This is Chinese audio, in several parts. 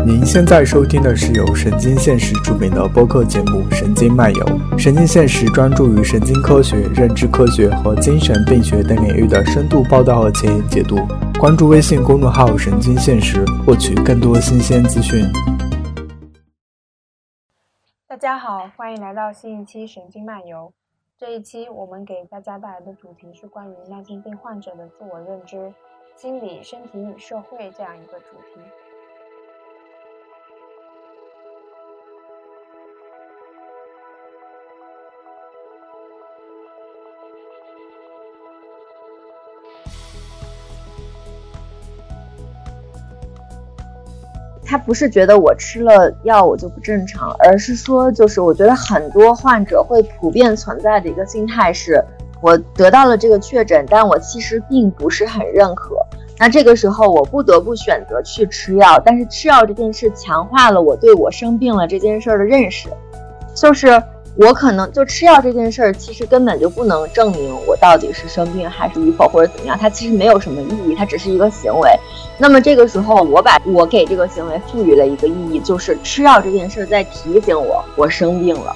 您现在收听的是由神经现实出品的播客节目《神经漫游》。神经现实专注于神经科学、认知科学和精神病学等领域的深度报道和前沿解读。关注微信公众号“神经现实”，获取更多新鲜资讯。 大家好，欢迎来到新一期《神经漫游》。这一期我们给大家带来的主题是关于慢性病患者的自我认知、心理、身体与社会这样一个主题。 他不是觉得我吃了药我就不正常，而是说就是我觉得很多患者会普遍存在的一个心态是，我得到了这个确诊，但我其实并不是很认可。那这个时候我不得不选择去吃药，但是吃药这件事强化了我对我生病了这件事的认识，就是我可能就吃药这件事儿，其实根本就不能证明我到底是生病还是与否或者怎么样，它其实没有什么意义，它只是一个行为。那么这个时候我给这个行为赋予了一个意义，就是吃药这件事在提醒我生病了。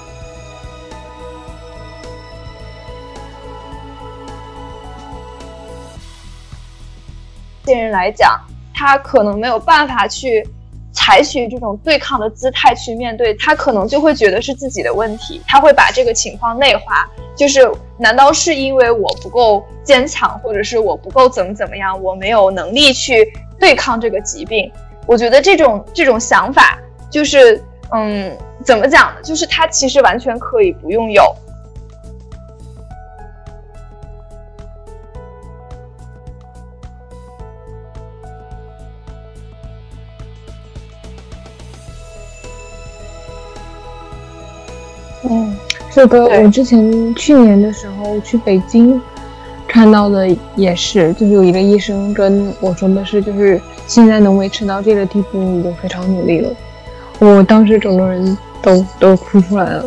些人来讲，他可能没有办法去采取这种对抗的姿态去面对，他可能就会觉得是自己的问题，他会把这个情况内化，就是难道是因为我不够坚强，或者是我不够怎么样，我没有能力去对抗这个疾病。我觉得这种想法就是怎么讲呢，就是他其实完全可以不用有。 这个我之前去年的时候去北京看到的也是，就是有一个医生跟我说的是，就是现在能维持到这个地步已经非常努力了。我当时整个人都哭出来了。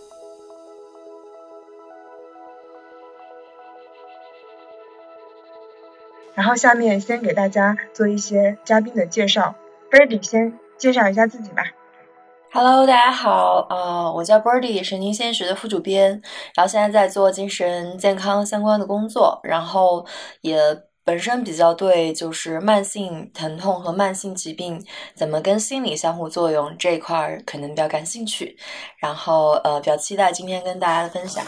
然后下面先给大家做一些嘉宾的介绍。Birdy 先介绍一下自己吧。 Hello， 大家好，我叫 Birdy， 神经现实的副主编，然后现在在做精神健康相关的工作，然后也本身比较对就是慢性疼痛和慢性疾病怎么跟心理相互作用这一块可能比较感兴趣，然后比较期待今天跟大家的分享。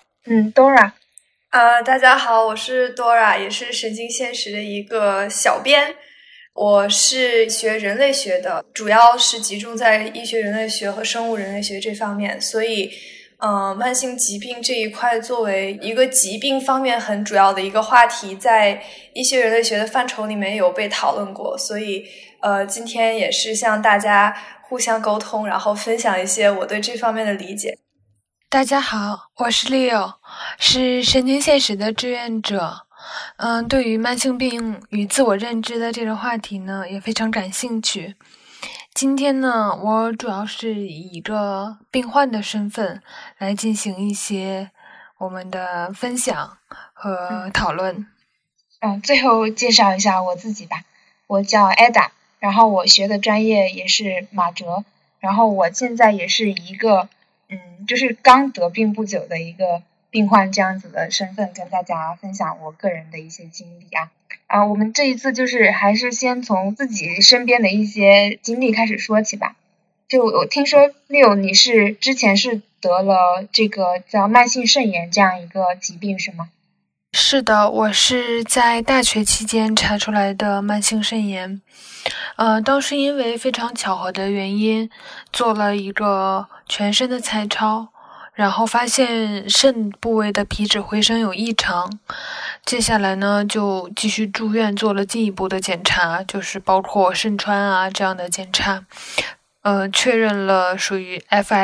Dora。 大家好，我是 Dora， 也是神经现实的一个小编。我是学人类学的，主要是集中在医学人类学和生物人类学这方面，所以慢性疾病这一块作为一个疾病方面很主要的一个话题，在医学人类学的范畴里面有被讨论过，所以今天也是向大家互相沟通，然后分享一些我对这方面的理解。 大家好，我是 Leo， 是神经现实的志愿者。对于慢性病与自我认知的这个话题呢，也非常感兴趣。今天呢，我主要是以一个病患的身份来进行一些我们的分享和讨论。 最后介绍一下我自己吧，我叫 Ada， 然后我学的专业也是马哲，然后我现在也是一个就是刚得病不久的一个病患这样子的身份，跟大家分享我个人的一些经历我们这一次就是还是先从自己身边的一些经历开始说起吧。就我听说 Leo 你是之前是得了这个叫慢性肾炎这样一个疾病是吗？ 是的，我是在大学期间查出来的慢性肾炎。当时因为非常巧合的原因做了一个全身的彩超，然后发现肾部位的皮质回声有异常，接下来呢就继续住院做了进一步的检查，就是包括肾穿这样的检查，确认了属于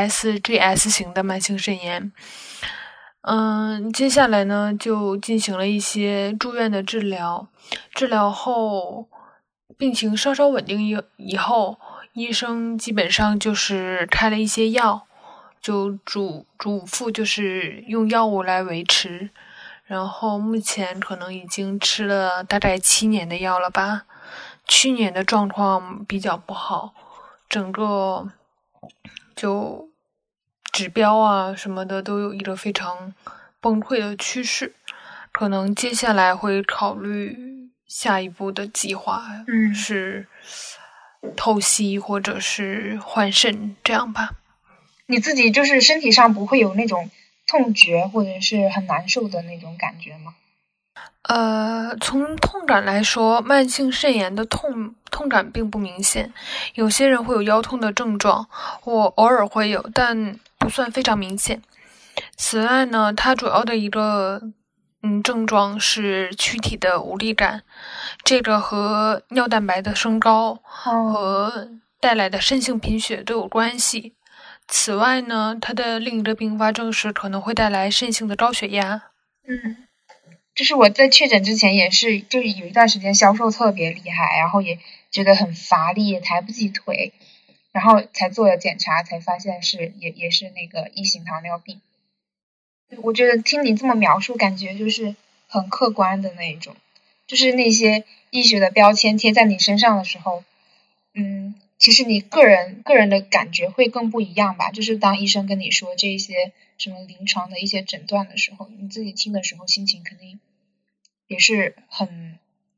FSGS 型的慢性肾炎。接下来呢就进行了一些住院的治疗后病情稍稍稳定以后，医生基本上就是开了一些药，就嘱咐就是用药物来维持，然后目前可能已经吃了大概7年的药了吧。去年的状况比较不好， 整个就指标啊什么的都有一个非常崩溃的趋势，可能接下来会考虑下一步的计划，是透析或者是换肾这样吧。 你自己就是身体上不会有那种痛觉或者是很难受的那种感觉吗？ 从痛感来说，慢性肾炎的痛感并不明显，有些人会有腰痛的症状，我偶尔会有，但不算非常明显。此外呢，它主要的一个症状是躯体的无力感，这个和尿蛋白的升高和带来的肾性贫血都有关系。此外呢，它的另一个并发症是可能会带来肾性的高血压。 就是我在确诊之前也是，就是有一段时间消瘦特别厉害，然后也觉得很乏力，也抬不起腿，然后才做了检查，才发现也是那个1型糖尿病。我觉得听你这么描述，感觉就是很客观的那一种，就是那些医学的标签贴在你身上的时候，其实你个人的感觉会更不一样吧。就是当医生跟你说这些什么临床的一些诊断的时候，你自己听的时候心情肯定也是很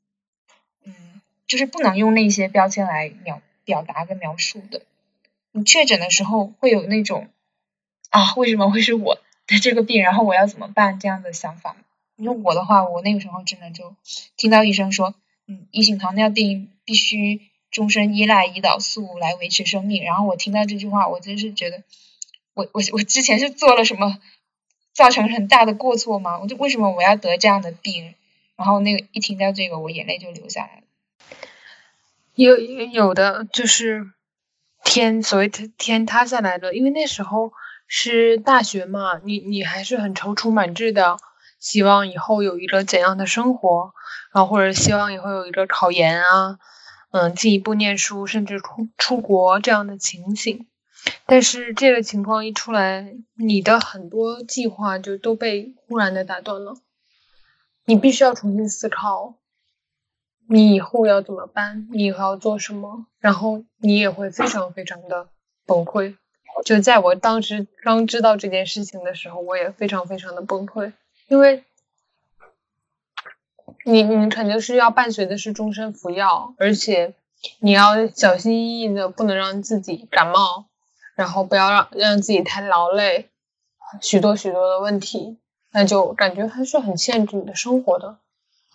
就是不能用那些标签来表达跟描述的。你确诊的时候会有那种为什么会是我的这个病，然后我要怎么办这样的想法。因为我的话，我那个时候真的就听到医生说1型糖尿病必须终身依赖胰岛素来维持生命，然后我听到这句话，我真是觉得我之前是做了什么造成很大的过错吗？为什么我要得这样的病？然后那个一听到这个，我眼泪就流下来了。 有的就是所谓天塌下来了，因为那时候是大学嘛，你还是很踌躇满志的，希望以后有一个怎样的生活，然后或者希望以后有一个考研啊，进一步念书，甚至出国这样的情形。但是这个情况一出来，你的很多计划就都被忽然的打断了，你必须要重新思考你以后要怎么办，你以后要做什么，然后你也会非常非常的崩溃。就在我当时刚知道这件事情的时候，我也非常非常的崩溃，因为你肯定是要伴随的是终身服药，而且你要小心翼翼的，不能让自己感冒，然后不要让自己太劳累，许多的问题，那就感觉还是很限制你的生活的。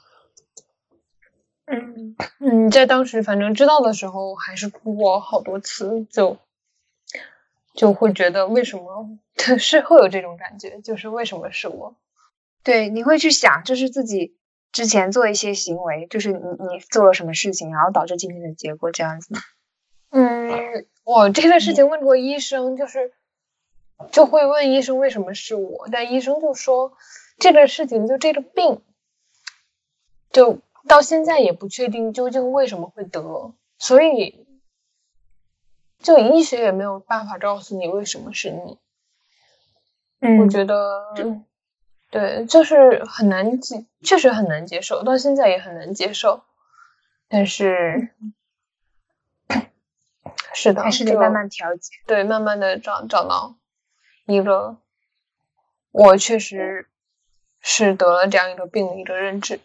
在当时反正知道的时候还是哭过好多次，就会觉得为什么是会有这种感觉，就是为什么是我。 对，你会去想就是自己之前做一些行为，就是你做了什么事情，然后导致今天的结果这样子。 我这个事情问过医生，就会问医生为什么是我，但医生就说这个事情就这个病就到现在也不确定究竟为什么会得，所以就医学也没有办法告诉你为什么是你。我觉得对，就是很难确实很难接受，到现在也很难接受，但是是的， 还是得慢慢调节。 对，慢慢的找到一个我确实是得了这样一个病的一个认知。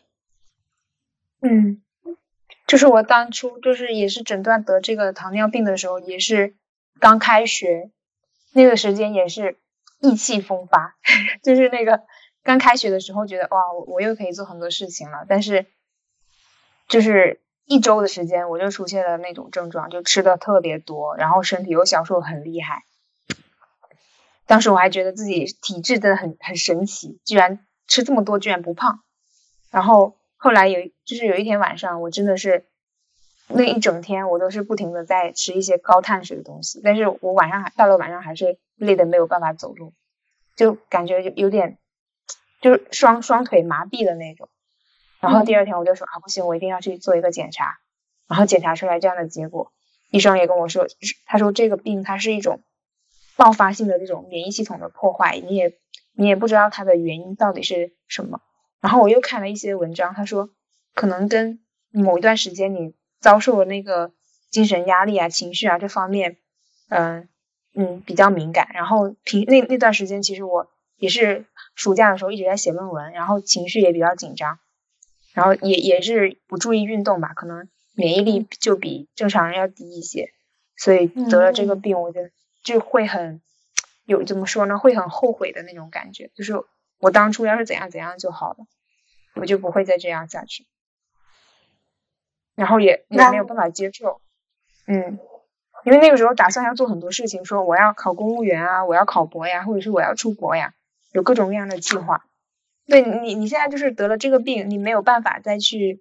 就是我当初就是也是诊断得这个糖尿病的时候，也是刚开学，那个时间也是意气风发就是那个刚开学的时候觉得哇，我又可以做很多事情了，但是就是1周的时间我就出现了那种症状，就吃的特别多，然后身体又消瘦很厉害。当时我还觉得自己体质真的很神奇，居然吃这么多居然不胖。然后后来有一天晚上，我真的是那一整天我都是不停的在吃一些高碳水的东西，但是我到了晚上还是累得没有办法走路，就感觉有点就是双腿麻痹的那种。然后第二天我就说不行，我一定要去做一个检查，然后检查出来这样的结果，医生也跟我说，他说这个病它是一种爆发性的这种免疫系统的破坏，你也不知道它的原因到底是什么。然后我又看了一些文章，他说可能跟某一段时间你遭受了那个精神压力啊、情绪啊这方面，比较敏感。然后那段时间，其实我也是暑假的时候一直在写论文，然后情绪也比较紧张，然后也是不注意运动吧，可能免疫力就比正常人要低一些，所以得了这个病，我觉得就会怎么说呢，会很后悔的那种感觉，就是我当初要是怎样怎样就好了，我就不会再这样下去，然后也没有办法接受，因为那个时候打算要做很多事情，说我要考公务员啊，我要考博呀，或者是我要出国呀，有各种各样的计划。对你现在就是得了这个病，你没有办法再去，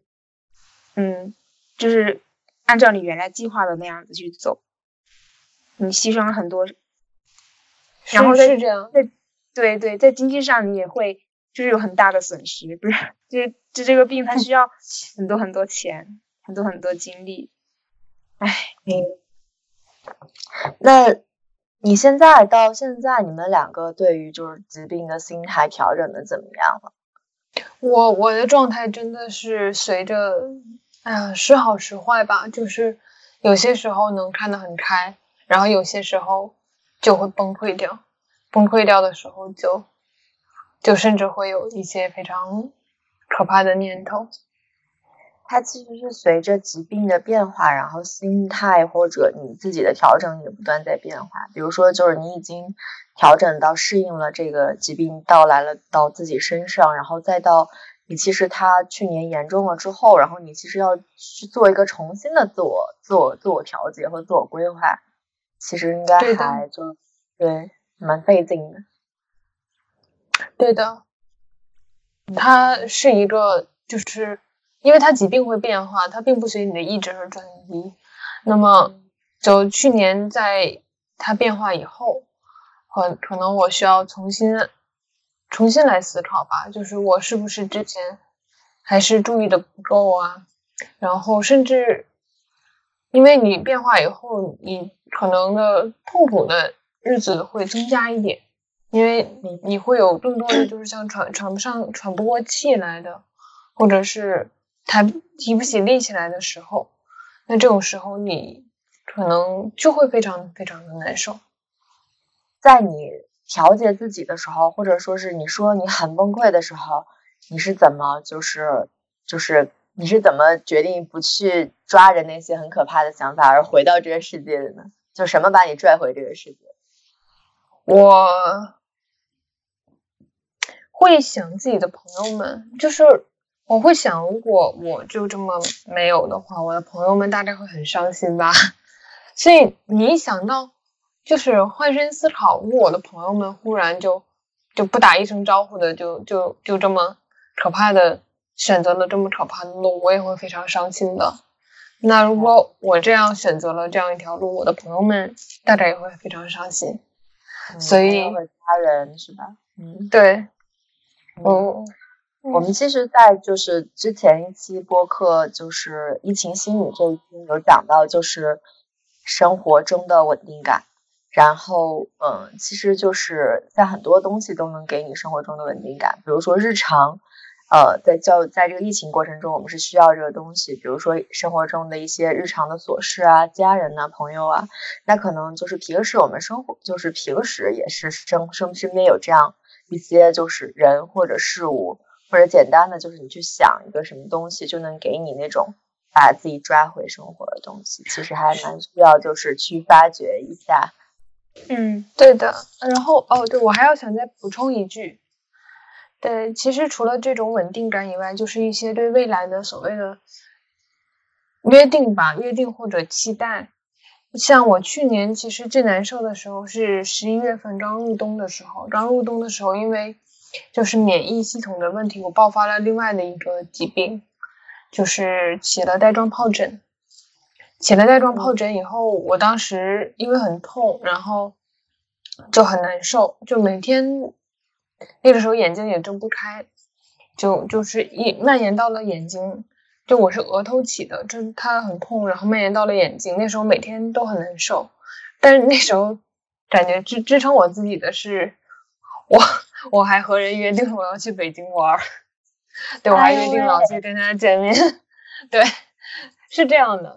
就是按照你原来计划的那样子去走，你牺牲了很多，然后是这样， 对，在经济上你也会就是有很大的损失，不是，就这个病它需要很多很多钱，很多很多精力， 那你到现在你们两个对于就是疾病的心态调整的怎么样了？ 我的状态真的是随着时好时坏吧，就是有些时候能看得很开，然后有些时候就会崩溃掉，崩溃掉的时候就甚至会有一些非常可怕的念头。 它其实是随着疾病的变化，然后心态或者你自己的调整也不断在变化。比如说就是你已经调整到适应了这个疾病到来了到自己身上，然后再到你其实它去年严重了之后，然后你其实要去做一个重新的自我调节和自我规划，其实应该还就对蛮费劲的。 对的，它是一个就是因为它疾病会变化，它并不随你的意志而转移。那么就去年在它变化以后，可能我需要重新来思考吧，就是我是不是之前还是注意的不够啊，然后甚至因为你变化以后，你可能的痛苦的日子会增加一点，因为你会有更多的就是像喘不过气来的，或者是提不起力气来的时候，那这种时候你可能就会非常非常的难受。 在你调节自己的时候，或者说是你说你很崩溃的时候，你是怎么你是怎么决定不去抓着那些很可怕的想法而回到这个世界的呢？就什么把你拽回这个世界？ 我会想自己的朋友们，就是我会想，如果我就这么没有的话，我的朋友们大概会很伤心吧。所以你一想到就是换身思考，如果我的朋友们忽然就不打一声招呼的就这么可怕的选择了这么可怕的路，我也会非常伤心的。那如果我这样选择了这样一条路，我的朋友们大概也会非常伤心。所以家人是吧？ 对。 我们其实在就是之前一期播客就是疫情心理这一期有讲到就是生活中的稳定感，然后其实就是在很多东西都能给你生活中的稳定感，比如说日常在这个疫情过程中我们是需要这个东西，比如说生活中的一些日常的琐事啊，家人啊，朋友啊，那可能就是平时我们生活就是平时也是身边有这样一些就是人或者事物，或者简单的就是你去想一个什么东西就能给你那种把自己抓回生活的东西，其实还蛮需要就是去发掘一下。 对的。然后对，我还要想再补充一句，对，其实除了这种稳定感以外，就是一些对未来的所谓的约定或者期待。像我去年其实最难受的时候是11月份刚入冬的时候，因为就是免疫系统的问题，我爆发了另外的一个疾病，就是起了带状疱疹。起了带状疱疹以后，我当时因为很痛，然后就很难受，就每天那个时候眼睛也睁不开，就是蔓延到了眼睛。就我是额头起的，就是它很痛，然后蔓延到了眼睛。那时候每天都很难受，但是那时候感觉支撑我自己的是，我还和人约定了我要去北京玩，对，我还约定了去跟他见面，对，是这样的。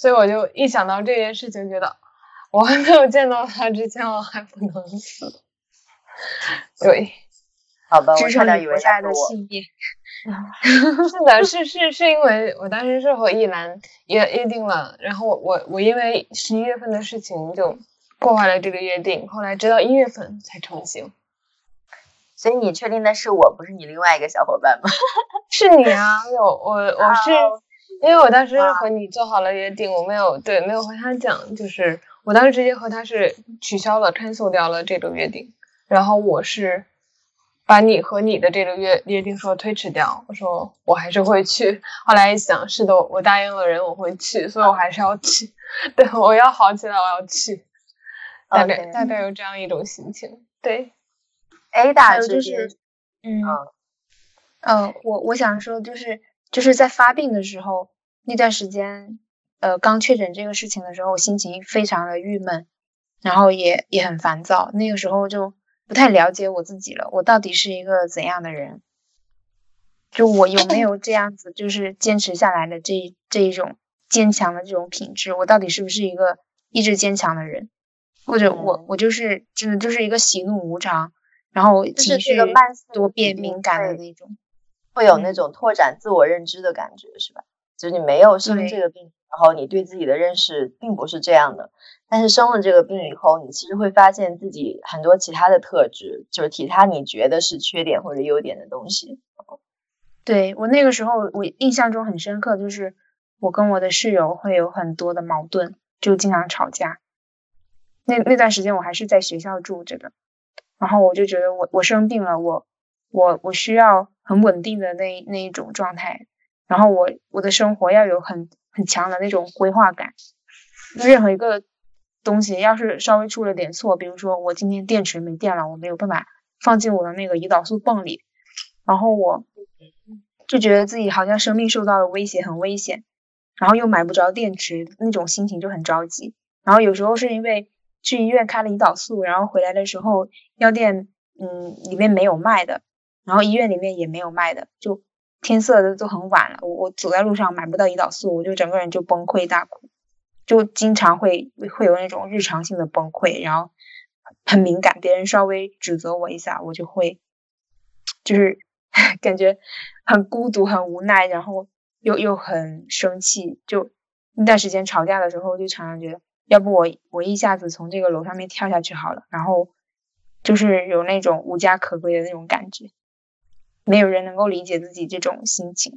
所以我就一想到这件事情，觉得我还没有见到他之前，我还不能死。对， 好吧， 支撑你我差点以为活下来的要是我。 信念。 是的，是因为我当时是和一兰约定了，然后我因为11月份的事情就破坏了这个约定，后来直到1月份才成型。 所以你确定的是我，不是你另外一个小伙伴吗？ 是你啊，我是因为我当时和你做好了约定，我没有和他讲，就是我当时直接和他是取消了 cancel 掉了这个约定，然后我是把你和你的这个约定说推迟掉，我说我还是会去，后来一想是的，我答应了人我会去，所以我还是要去，对，我要好起来我要去，大概有这样一种心情。对 ，Ada 就这是边我想说就是在发病的时候那段时间，刚确诊这个事情的时候，我心情非常的郁闷，然后也很烦躁，那个时候就不太了解我自己了，我到底是一个怎样的人，就我有没有这样子就是坚持下来的这一种坚强的这种品质，我到底是不是一个意志坚强的人，或者我就是真的就是一个喜怒无常，然后情绪多变敏感的那种， 会有那种拓展自我认知的感觉，是吧？就是你没有生这个病，然后你对自己的认识并不是这样的，但是生了这个病以后，你其实会发现自己很多其他的特质，就是其他你觉得是缺点或者优点的东西。 对，我那个时候我印象中很深刻，就是我跟我的室友会有很多的矛盾，就经常吵架。那段时间我还是在学校住着的，然后我就觉得我生病了，我需要很稳定的那一种状态，然后我的生活要有很强的那种规划感，任何一个东西要是稍微出了点错，比如说我今天电池没电了，我没有办法放进我的那个胰岛素泵里，然后我就觉得自己好像生命受到了威胁，很危险，然后又买不着电池，那种心情就很着急。然后有时候是因为去医院开了胰岛素，然后回来的时候药店里面没有卖的，然后医院里面也没有卖的，就天色的都很晚了，我走在路上买不到胰岛素，我就整个人就崩溃大哭，就经常会有那种日常性的崩溃，然后很敏感，别人稍微指责我一下，我就会就是感觉很孤独很无奈，然后又很生气，就那段时间吵架的时候就常常觉得要不我一下子从这个楼上面跳下去好了，然后就是有那种无家可归的那种感觉，没有人能够理解自己这种心情。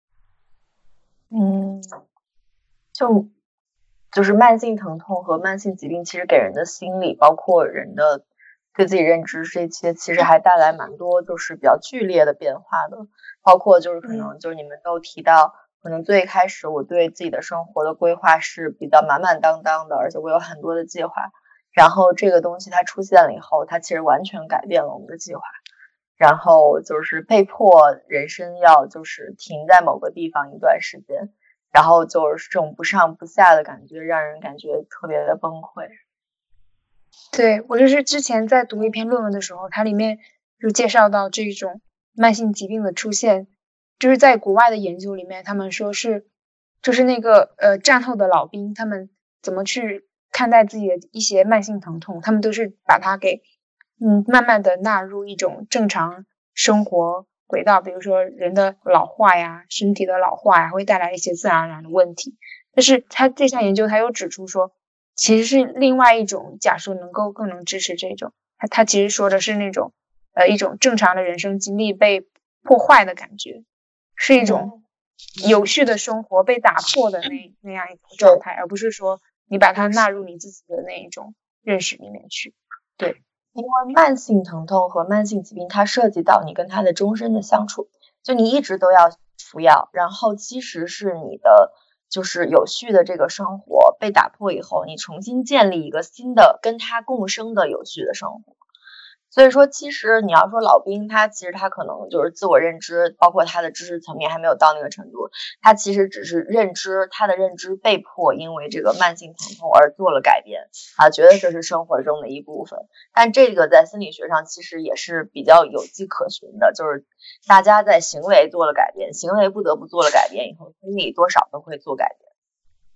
就是慢性疼痛和慢性疾病其实给人的心理包括人的对自己认知这些其实还带来蛮多就是比较剧烈的变化的，包括就是可能就是你们都提到可能最开始我对自己的生活的规划是比较满满当当的，而且我有很多的计划，然后这个东西它出现了以后，它其实完全改变了我们的计划，然后就是被迫人生要就是停在某个地方一段时间，然后就是这种不上不下的感觉让人感觉特别的崩溃。 对，我就是之前在读一篇论文的时候，它里面就介绍到这种慢性疾病的出现，就是在国外的研究里面，他们说是就是那个战后的老兵，他们怎么去看待自己的一些慢性疼痛，他们都是把它给慢慢的纳入一种正常生活轨道，比如说人的老化呀，身体的老化呀，会带来一些自然而然的问题。但是他这项研究他又指出说，其实是另外一种假说更能支持这种，他其实说的是那种一种正常的人生经历被破坏的感觉，是一种有序的生活被打破的那样一种状态，而不是说你把它纳入你自己的那一种认识里面去。对， 因为慢性疼痛和慢性疾病它涉及到你跟他的终身的相处，就你一直都要服药，然后其实是你的就是有序的这个生活被打破以后，你重新建立一个新的跟他共生的有序的生活。所以说其实你要说老兵他其实他可能就是自我认知包括他的知识层面还没有到那个程度，他其实只是他的认知被迫因为这个慢性疼痛而做了改变啊，觉得这是生活中的一部分，但这个在心理学上其实也是比较有迹可循的，就是大家在行为做了改变，行为不得不做了改变以后，心理多少都会做改变。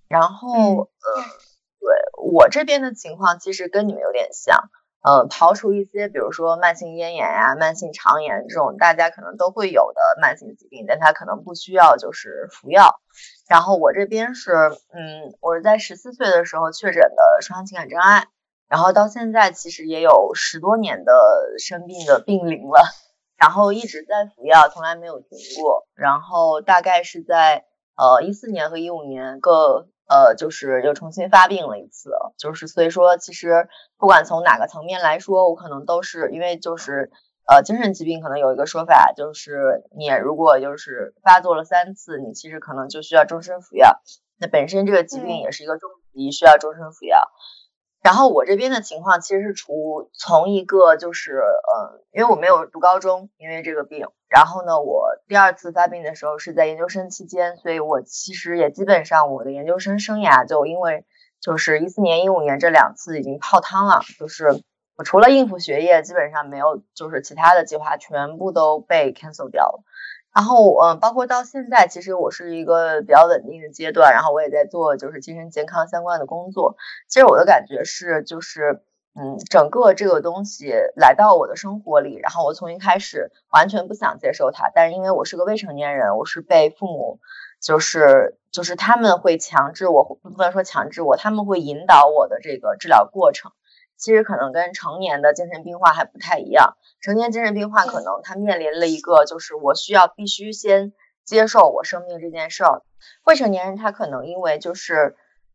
然后对我这边的情况其实跟你们有点像，刨除一些比如说慢性咽炎呀、慢性肠炎这种大家可能都会有的慢性疾病，但它可能不需要就是服药。然后我这边是我是在14岁的时候确诊的双向情感障碍，然后到现在其实也有10多年的生病的病龄了，然后一直在服药，从来没有停过。然后大概是在14年和15年各就是又重新发病了一次，就是所以说其实不管从哪个层面来说，我可能都是因为就是精神疾病可能有一个说法，就是你如果就是发作了3次，你其实可能就需要终身服药。那本身这个疾病也是一个重疾，需要终身服药。然后我这边的情况其实是从一个就是因为我没有读高中，因为这个病，然后呢我第2次发病的时候是在研究生期间，所以我其实也基本上我的研究生生涯就因为就是14年15年这2次已经泡汤了，就是我除了应付学业基本上没有就是其他的计划全部都被 cancel 掉了。然后包括到现在其实我是一个比较稳定的阶段，然后我也在做就是精神健康相关的工作。其实我的感觉是就是整个这个东西来到我的生活里，然后我从一开始完全不想接受它，但是因为我是个未成年人，我是被父母就是他们会强制我，不能说强制我，他们会引导我的这个治疗过程。其实可能跟成年的精神病患还不太一样，成年精神病患可能他面临了一个就是我必须先接受我生病这件事儿。未成年人他可能因为就是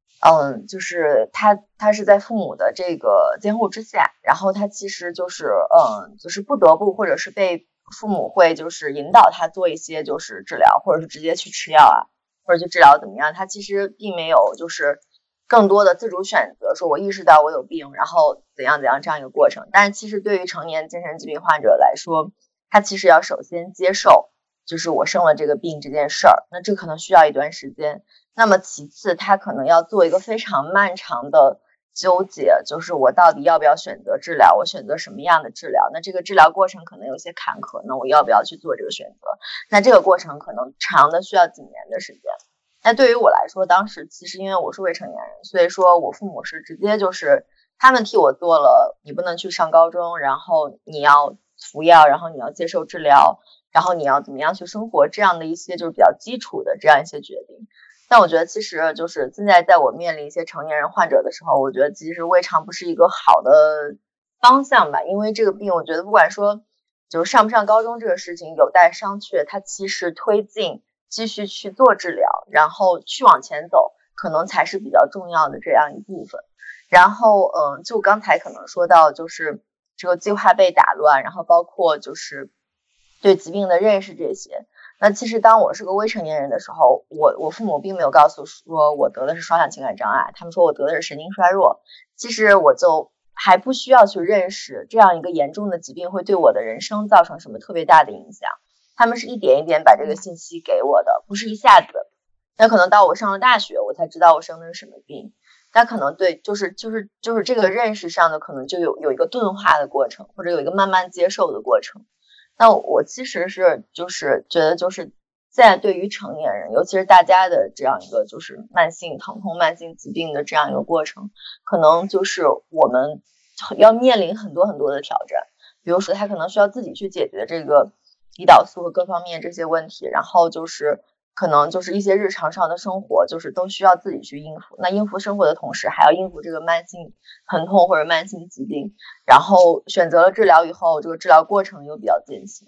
他是在父母的这个监护之下，然后他其实就是不得不或者是被父母会就是引导他做一些就是治疗，或者是直接去吃药啊，或者去治疗怎么样，他其实并没有就是更多的自主选择，说我意识到我有病，然后怎样这样一个过程。但是其实对于成年精神疾病患者来说，他其实要首先接受就是我生了这个病这件事儿，那这可能需要一段时间。那么其次他可能要做一个非常漫长的纠结，就是我到底要不要选择治疗，我选择什么样的治疗，那这个治疗过程可能有些坎坷，那我要不要去做这个选择，那这个过程可能长的需要几年的时间。那对于我来说，当时其实因为我是未成年人，所以说我父母是直接就是他们替我做了你不能去上高中，然后你要服药，然后你要接受治疗，然后你要怎么样去生活，这样的一些就是比较基础的这样一些决定。但我觉得其实就是现在在我面临一些成年人患者的时候，我觉得其实未尝不是一个好的方向吧。因为这个病我觉得不管说就是上不上高中这个事情有待商榷，它其实推进继续去做治疗，然后去往前走，可能才是比较重要的这样一部分。然后就刚才可能说到就是这个计划被打乱，然后包括就是对疾病的认识这些。那其实当我是个未成年人的时候，我父母并没有告诉说我得的是双向情感障碍，他们说我得的是神经衰弱。其实我就还不需要去认识这样一个严重的疾病会对我的人生造成什么特别大的影响，他们是一点一点把这个信息给我的，不是一下子。那可能到我上了大学我才知道我生的是什么病，但可能对就是这个认识上的可能就有一个钝化的过程，或者有一个慢慢接受的过程。那我其实是就是觉得就是现在对于成年人，尤其是大家的这样一个就是慢性疼痛慢性疾病的这样一个过程，可能就是我们要面临很多很多的挑战。比如说他可能需要自己去解决这个胰岛素和各方面这些问题，然后就是可能就是一些日常上的生活就是都需要自己去应付，那应付生活的同时还要应付这个慢性疼痛或者慢性疾病，然后选择了治疗以后，这个治疗过程又比较艰辛。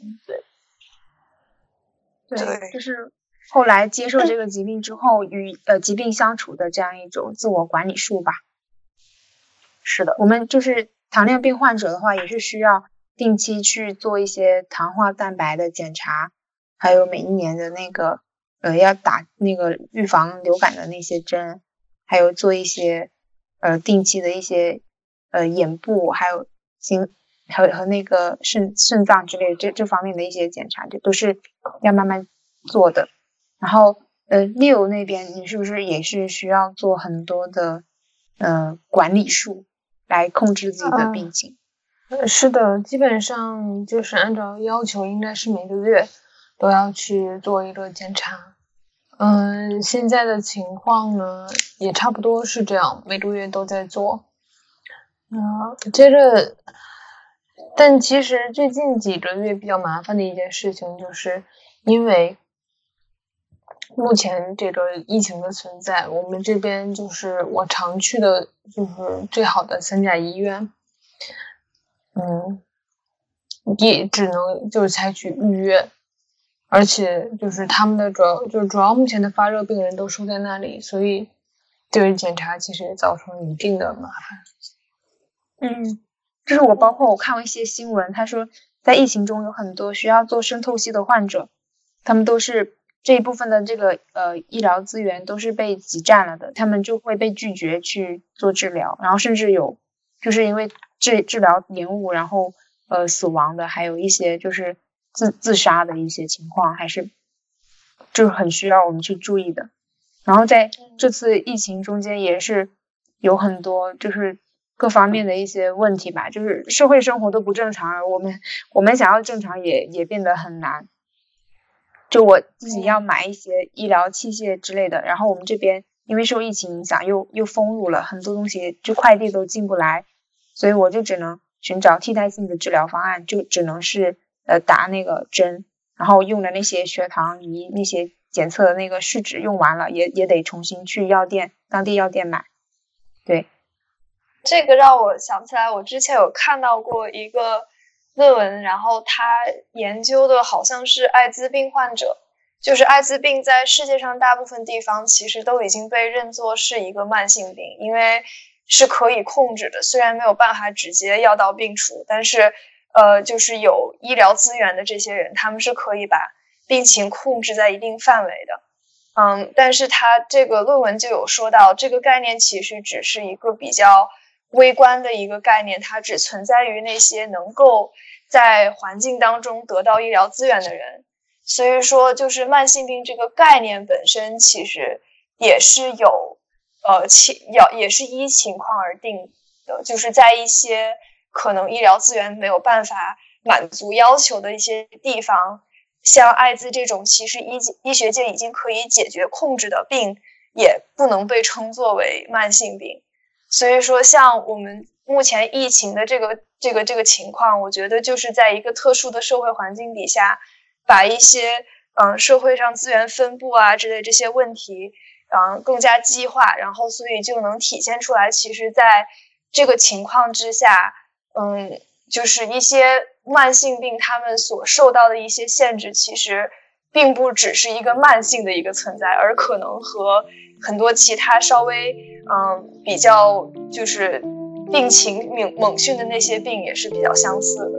对，就是后来接受这个疾病之后与疾病相处的这样一种自我管理术吧。 是的， 我们就是糖尿病患者的话也是需要定期去做一些糖化蛋白的检查，还有每一年的那个要打那个预防流感的那些针，还有做一些定期的一些眼部还有和那个肾脏之类的这方面的一些检查，这都是要慢慢做的。然后Leo 那边你是不是也是需要做很多的管理术来控制自己的病情？ 是的，基本上就是按照要求应该是每个月都要去做一个检查。 现在的情况呢也差不多是这样，每个月都在做。接着，但其实最近几个月比较麻烦的一件事情，就是因为目前这个疫情的存在，我们这边就是我常去的就是最好的3甲医院，也只能就是采取预约，而且就是他们的主要目前的发热病人都收在那里，所以对于检查其实也造成了一定的麻烦。 就是包括我看过一些新闻，他说在疫情中有很多需要做深透析的患者，他们都是这一部分的这个医疗资源都是被挤占了的，他们就会被拒绝去做治疗，然后甚至有就是因为治疗延误然后死亡的，还有一些就是自杀的一些情况，还是就是很需要我们去注意的。然后在这次疫情中间也是有很多就是各方面的一些问题吧，就是社会生活都不正常，我们想要正常也变得很难。就我自己要买一些医疗器械之类的，然后我们这边因为受疫情影响又封路了，很多东西就快递都进不来，所以我就只能寻找替代性的治疗方案，就只能是打那个针，然后用的那些血糖仪那些检测的那个试纸用完了，也得重新去当地药店买。对， 这个让我想起来，我之前有看到过一个论文，然后他研究的好像是艾滋病患者，就是艾滋病在世界上大部分地方其实都已经被认作是一个慢性病，因为是可以控制的，虽然没有办法直接药到病除，但是就是有医疗资源的这些人，他们是可以把病情控制在一定范围的。但是他这个论文就有说到，这个概念其实只是一个比较微观的一个概念，它只存在于那些能够在环境当中得到医疗资源的人。所以说就是慢性病这个概念本身其实也是有也是依情况而定的，就是在一些可能医疗资源没有办法满足要求的一些地方，像艾滋这种其实医学界已经可以解决控制的病，也不能被称作为慢性病。所以说像我们目前疫情的这个情况，我觉得就是在一个特殊的社会环境底下，把一些社会上资源分布啊之类这些问题更加激化，然后所以就能体现出来，其实在这个情况之下就是一些慢性病他们所受到的一些限制，其实并不只是一个慢性的一个存在，而可能和很多其他稍微比较就是病情猛迅的那些病也是比较相似的。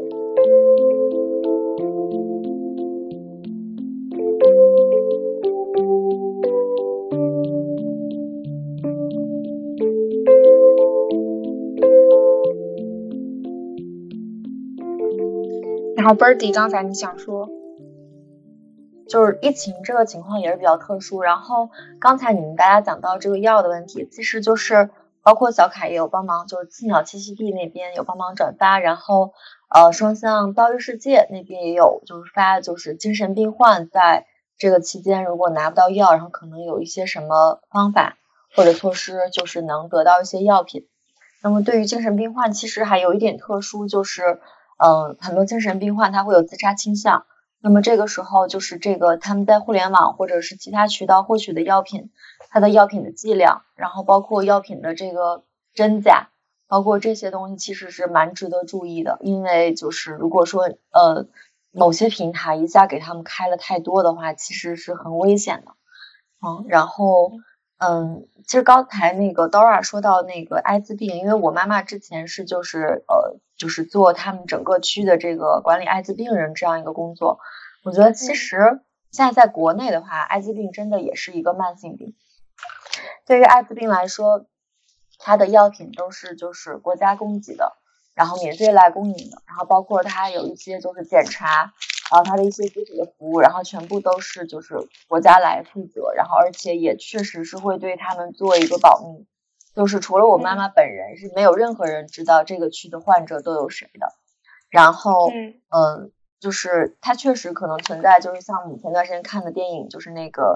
然后 Birdy 刚才你想说， 就是疫情这个情况也是比较特殊，然后刚才你们大家讲到这个药的问题，其实就是包括小凯也有帮忙，就是刺鸟栖息地那边有帮忙转发，然后双向教育世界那边也有就是发，就是精神病患在这个期间如果拿不到药，然后可能有一些什么方法或者措施，就是能得到一些药品。那么对于精神病患其实还有一点特殊，就是很多精神病患他会有自杀倾向，那么这个时候就是这个他们在互联网或者是其他渠道获取的药品，它的药品的剂量，然后包括药品的这个真假，包括这些东西其实是蛮值得注意的，因为就是如果说某些平台一下给他们开了太多的话，其实是很危险的。然后其实刚才那个 Dora 说到那个艾滋病，因为我妈妈之前是就是做他们整个区的这个管理艾滋病人这样一个工作。我觉得其实现在在国内的话，艾滋病真的也是一个慢性病。对于艾滋病来说，它的药品都是就是国家供给的，然后免费来供应的，然后包括它有一些就是检查，然后它的一些基础的服务，然后全部都是就是国家来负责，然后而且也确实是会对他们做一个保密，就是除了我妈妈本人是没有任何人知道这个区的患者都有谁的。然后就是它确实可能存在，就是像我们前段时间看的电影，就是那个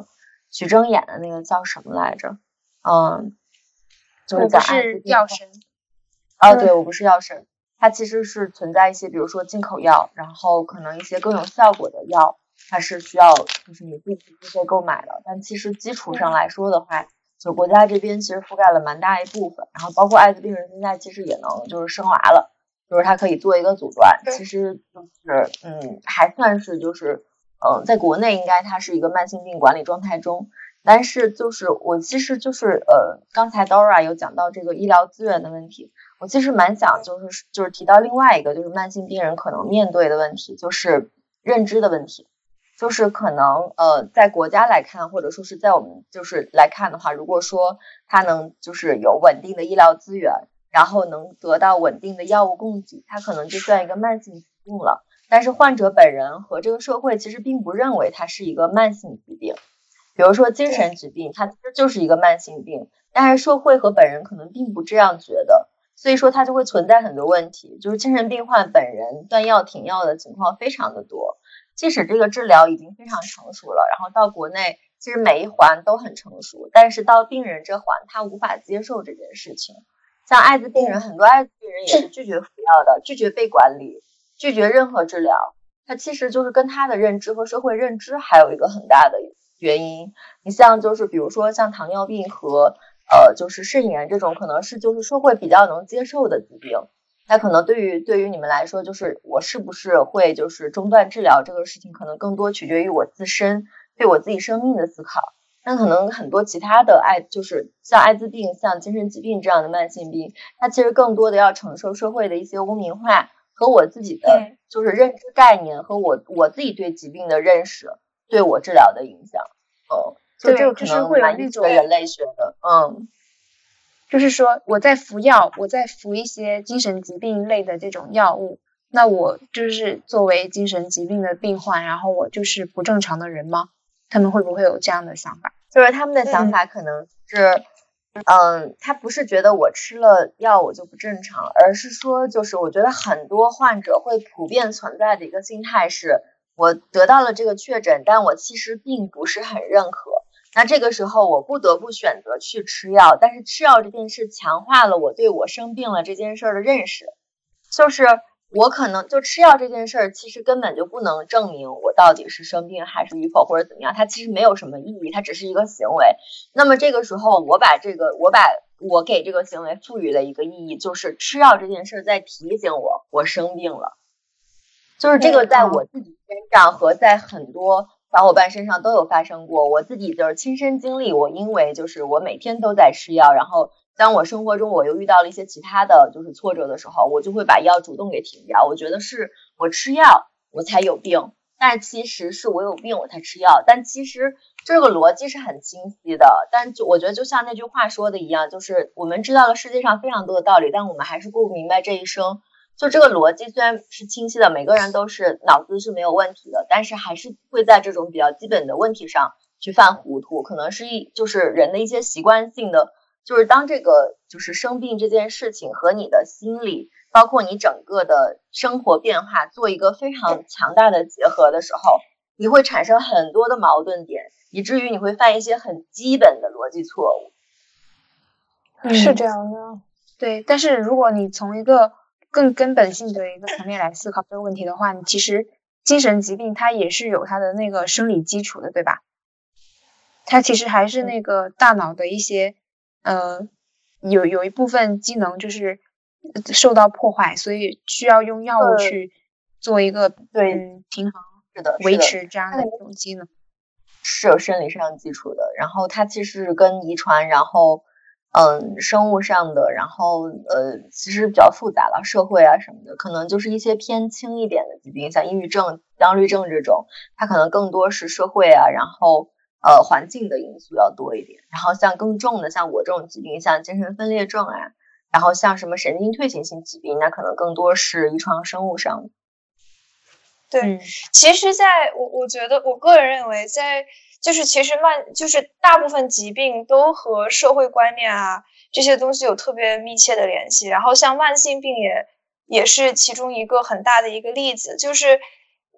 徐峥演的那个叫什么来着？就是我不是药神。 对，我不是药神。它其实是存在一些，比如说进口药，然后可能一些更有效果的药，它是需要就是你自己去付费购买的。但其实基础上来说的话，就国家这边其实覆盖了蛮大一部分，然后包括艾滋病人现在其实也能就是生娃了，就是它可以做一个阻断，其实就是还算是就是在国内应该它是一个慢性病管理状态中。但是就是我其实就是刚才 Dora 有讲到这个医疗资源的问题，我其实蛮想就是提到另外一个就是慢性病人可能面对的问题，就是认知的问题。就是可能在国家来看，或者说是在我们就是来看的话，如果说他能就是有稳定的医疗资源，然后能得到稳定的药物供给，他可能就算一个慢性疾病了。但是患者本人和这个社会其实并不认为它是一个慢性疾病。比如说精神疾病，它其实就是一个慢性病，但是社会和本人可能并不这样觉得，所以说它就会存在很多问题。就是精神病患本人断药停药的情况非常的多，即使这个治疗已经非常成熟了，然后到国内其实每一环都很成熟，但是到病人这环他无法接受这件事情。像艾滋病人，很多艾滋病人也是拒绝服药的，拒绝被管理，拒绝任何治疗，它其实就是跟他的认知和社会认知还有一个很大的原因。你像就是比如说像糖尿病和就是肾炎这种可能是就是社会比较能接受的疾病，它可能对于你们来说，就是我是不是会就是中断治疗这个事情可能更多取决于我自身对我自己生命的思考。那可能很多其他的就是像艾滋病像精神疾病这样的慢性病，它其实更多的要承受社会的一些污名化和我自己的就是认知概念和我自己对疾病的认识对我治疗的影响。就这个可能蛮医学人类学的。 就是说我在服药，我在服一些精神疾病类的这种药物，那我就是作为精神疾病的病患，然后我就是不正常的人吗？他们会不会有这样的想法？ 就是他们的想法可能是他不是觉得我吃了药我就不正常，而是说就是我觉得很多患者会普遍存在的一个心态是，我得到了这个确诊，但我其实并不是很认可。那这个时候我不得不选择去吃药，但是吃药这件事强化了我对我生病了这件事的认识。就是我可能就吃药这件事其实根本就不能证明我到底是生病还是与否或者怎么样，它其实没有什么意义，它只是一个行为。那么这个时候我给这个行为赋予了一个意义，就是吃药这件事在提醒我生病了。就是这个在我自己身上和在很多小伙伴身上都有发生过，我自己就是亲身经历。我因为就是我每天都在吃药，然后当我生活中我又遇到了一些其他的就是挫折的时候，我就会把药主动给停掉。我觉得是我吃药我才有病，但其实是我有病我才吃药，但其实这个逻辑是很清晰的。但我觉得就像那句话说的一样，就是我们知道了世界上非常多的道理，但我们还是过不明白这一生。就这个逻辑虽然是清晰的，每个人都是脑子是没有问题的，但是还是会在这种比较基本的问题上去犯糊涂，可能是就是人的一些习惯性的，就是当这个就是生病这件事情和你的心理包括你整个的生活变化做一个非常强大的结合的时候，你会产生很多的矛盾点，以至于你会犯一些很基本的逻辑错误。 是这样的。对，但是如果你从一个更根本性的一个层面来思考这个问题的话，你其实精神疾病它也是有它的那个生理基础的，对吧？它其实还是那个大脑的一些有一部分机能就是受到破坏，所以需要用药物去做一个平衡， 是的， 维持这样的一种机能， 是有生理上基础的。然后它其实跟遗传，然后生物上的，然后其实比较复杂了，社会啊什么的，可能就是一些偏轻一点的疾病，像抑郁症、焦虑症这种，它可能更多是社会啊，然后环境的因素要多一点。然后像更重的，像我这种疾病，像精神分裂症啊，然后像什么神经退行性疾病，那可能更多是遗传生物上的。 对，其实我觉得我个人认为就是其实就是大部分疾病都和社会观念啊这些东西有特别密切的联系，然后像慢性病也是其中一个很大的一个例子。就是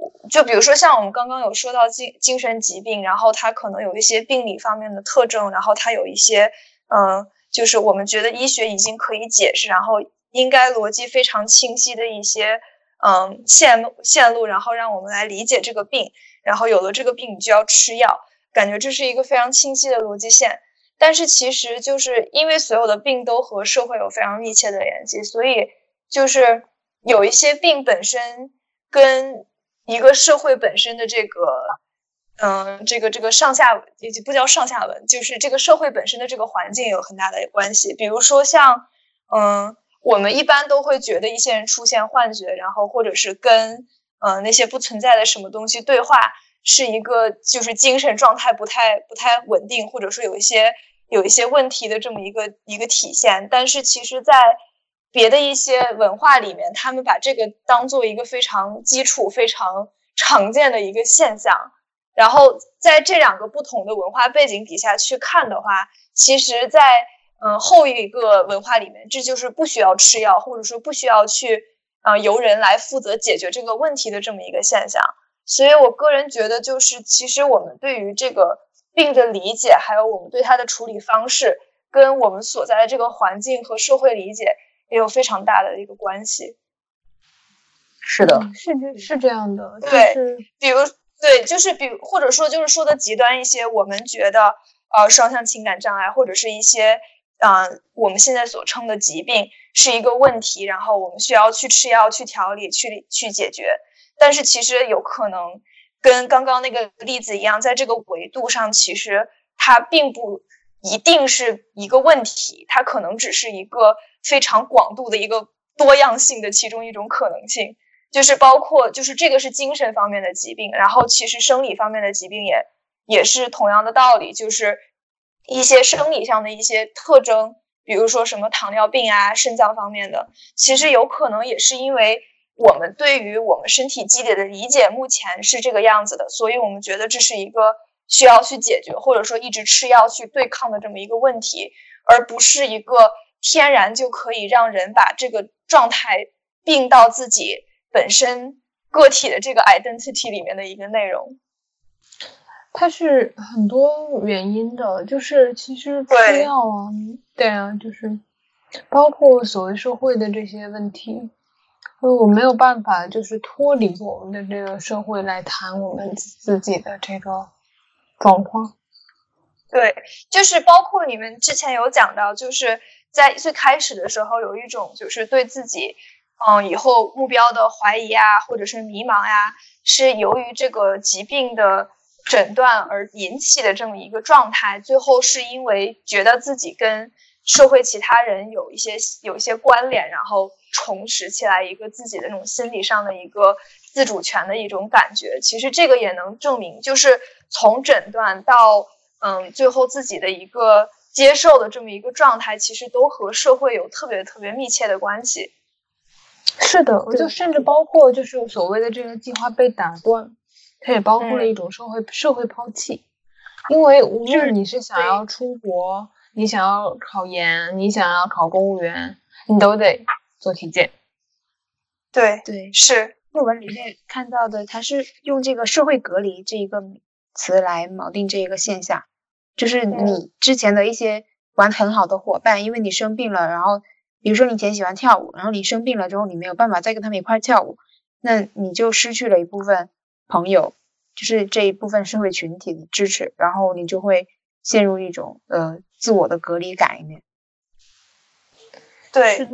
就比如说像我们刚刚有说到精神疾病，然后它可能有一些病理方面的特征，然后它有一些就是我们觉得医学已经可以解释，然后应该逻辑非常清晰的一些线路，然后让我们来理解这个病，然后有了这个病你就要吃药，感觉这是一个非常清晰的逻辑线。但是其实就是因为所有的病都和社会有非常密切的联系，所以就是有一些病本身跟一个社会本身的这个上下，也不叫上下文，就是这个社会本身的这个环境有很大的关系。比如说像我们一般都会觉得一些人出现幻觉，然后或者是跟那些不存在的什么东西对话，是一个就是精神状态不太稳定，或者说有一些问题的这么一个体现。但是其实在别的一些文化里面，他们把这个当做一个非常基础非常常见的一个现象，然后在这两个不同的文化背景底下去看的话，其实在后一个文化里面，这就是不需要吃药，或者说不需要去由人来负责解决这个问题的这么一个现象。所以我个人觉得，就是其实我们对于这个病的理解，还有我们对它的处理方式，跟我们所在的这个环境和社会理解也有非常大的一个关系。 是的， 是这样的， 对，比如或者说就是说的极端一些，我们觉得双向情感障碍或者是一些我们现在所称的疾病是一个问题，然后我们需要去吃药去调理去解决。但是其实有可能跟刚刚那个例子一样，在这个维度上其实它并不一定是一个问题，它可能只是一个非常广度的一个多样性的其中一种可能性，就是包括就是这个是精神方面的疾病，然后其实生理方面的疾病也是同样的道理，就是一些生理上的一些特征，比如说什么糖尿病啊肾脏方面的，其实有可能也是因为我们对于我们身体机理的理解目前是这个样子的，所以我们觉得这是一个需要去解决或者说一直吃药去对抗的这么一个问题，而不是一个天然就可以让人把这个状态并到自己本身个体的这个 identity 里面的一个内容。 它是很多原因的，就是其实吃药啊，对啊，就是包括所谓社会的这些问题，我没有办法就是脱离我们的这个社会来谈我们自己的这个状况。 对，就是包括你们之前有讲到，就是在最开始的时候有一种就是对自己以后目标的怀疑啊，或者是迷茫呀，是由于这个疾病的诊断而引起的这么一个状态，最后是因为觉得自己跟社会其他人有一些关联，然后重拾起来一个自己的那种心理上的一个自主权的一种感觉。其实这个也能证明，就是从诊断到最后自己的一个接受的这么一个状态，其实都和社会有特别特别密切的关系。 是的，就甚至包括就是所谓的这个计划被打断，它也包括了一种社会抛弃。因为无论你是想要出国，你想要考研，你想要考公务员，你都得做体检。 对， 是论文里面看到的，它是用这个社会隔离这一个词来锚定这一个现象，就是你之前的一些玩很好的伙伴，因为你生病了，然后比如说你以前喜欢跳舞，然后你生病了之后你没有办法再跟他们一块跳舞，那你就失去了一部分朋友，就是这一部分社会群体的支持，然后你就会陷入一种自我的隔离感里面。 对， 是的。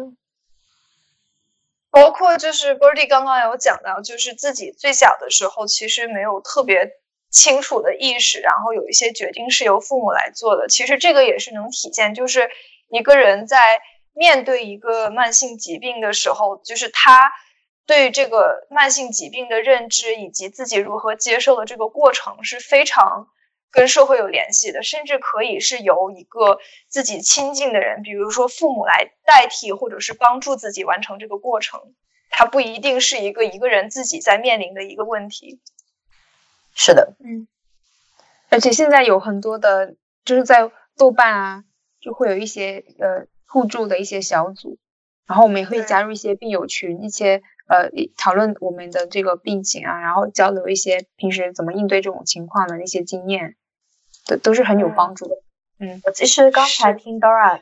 包括就是 Birdy 刚刚有讲到，就是自己最小的时候其实没有特别清楚的意识，然后有一些决定是由父母来做的。其实这个也是能体现，就是一个人在面对一个慢性疾病的时候，就是他对这个慢性疾病的认知以及自己如何接受的这个过程是非常跟社会有联系的，甚至可以是由一个自己亲近的人，比如说父母来代替或者是帮助自己完成这个过程，它不一定是一个人自己在面临的一个问题。 是的， 而且现在有很多的就是在豆瓣啊，就会有一些互助的一些小组，然后我们也会加入一些病友群，一些讨论我们的这个病情啊，然后交流一些平时怎么应对这种情况的那些经验，都是很有帮助的。 我其实刚才听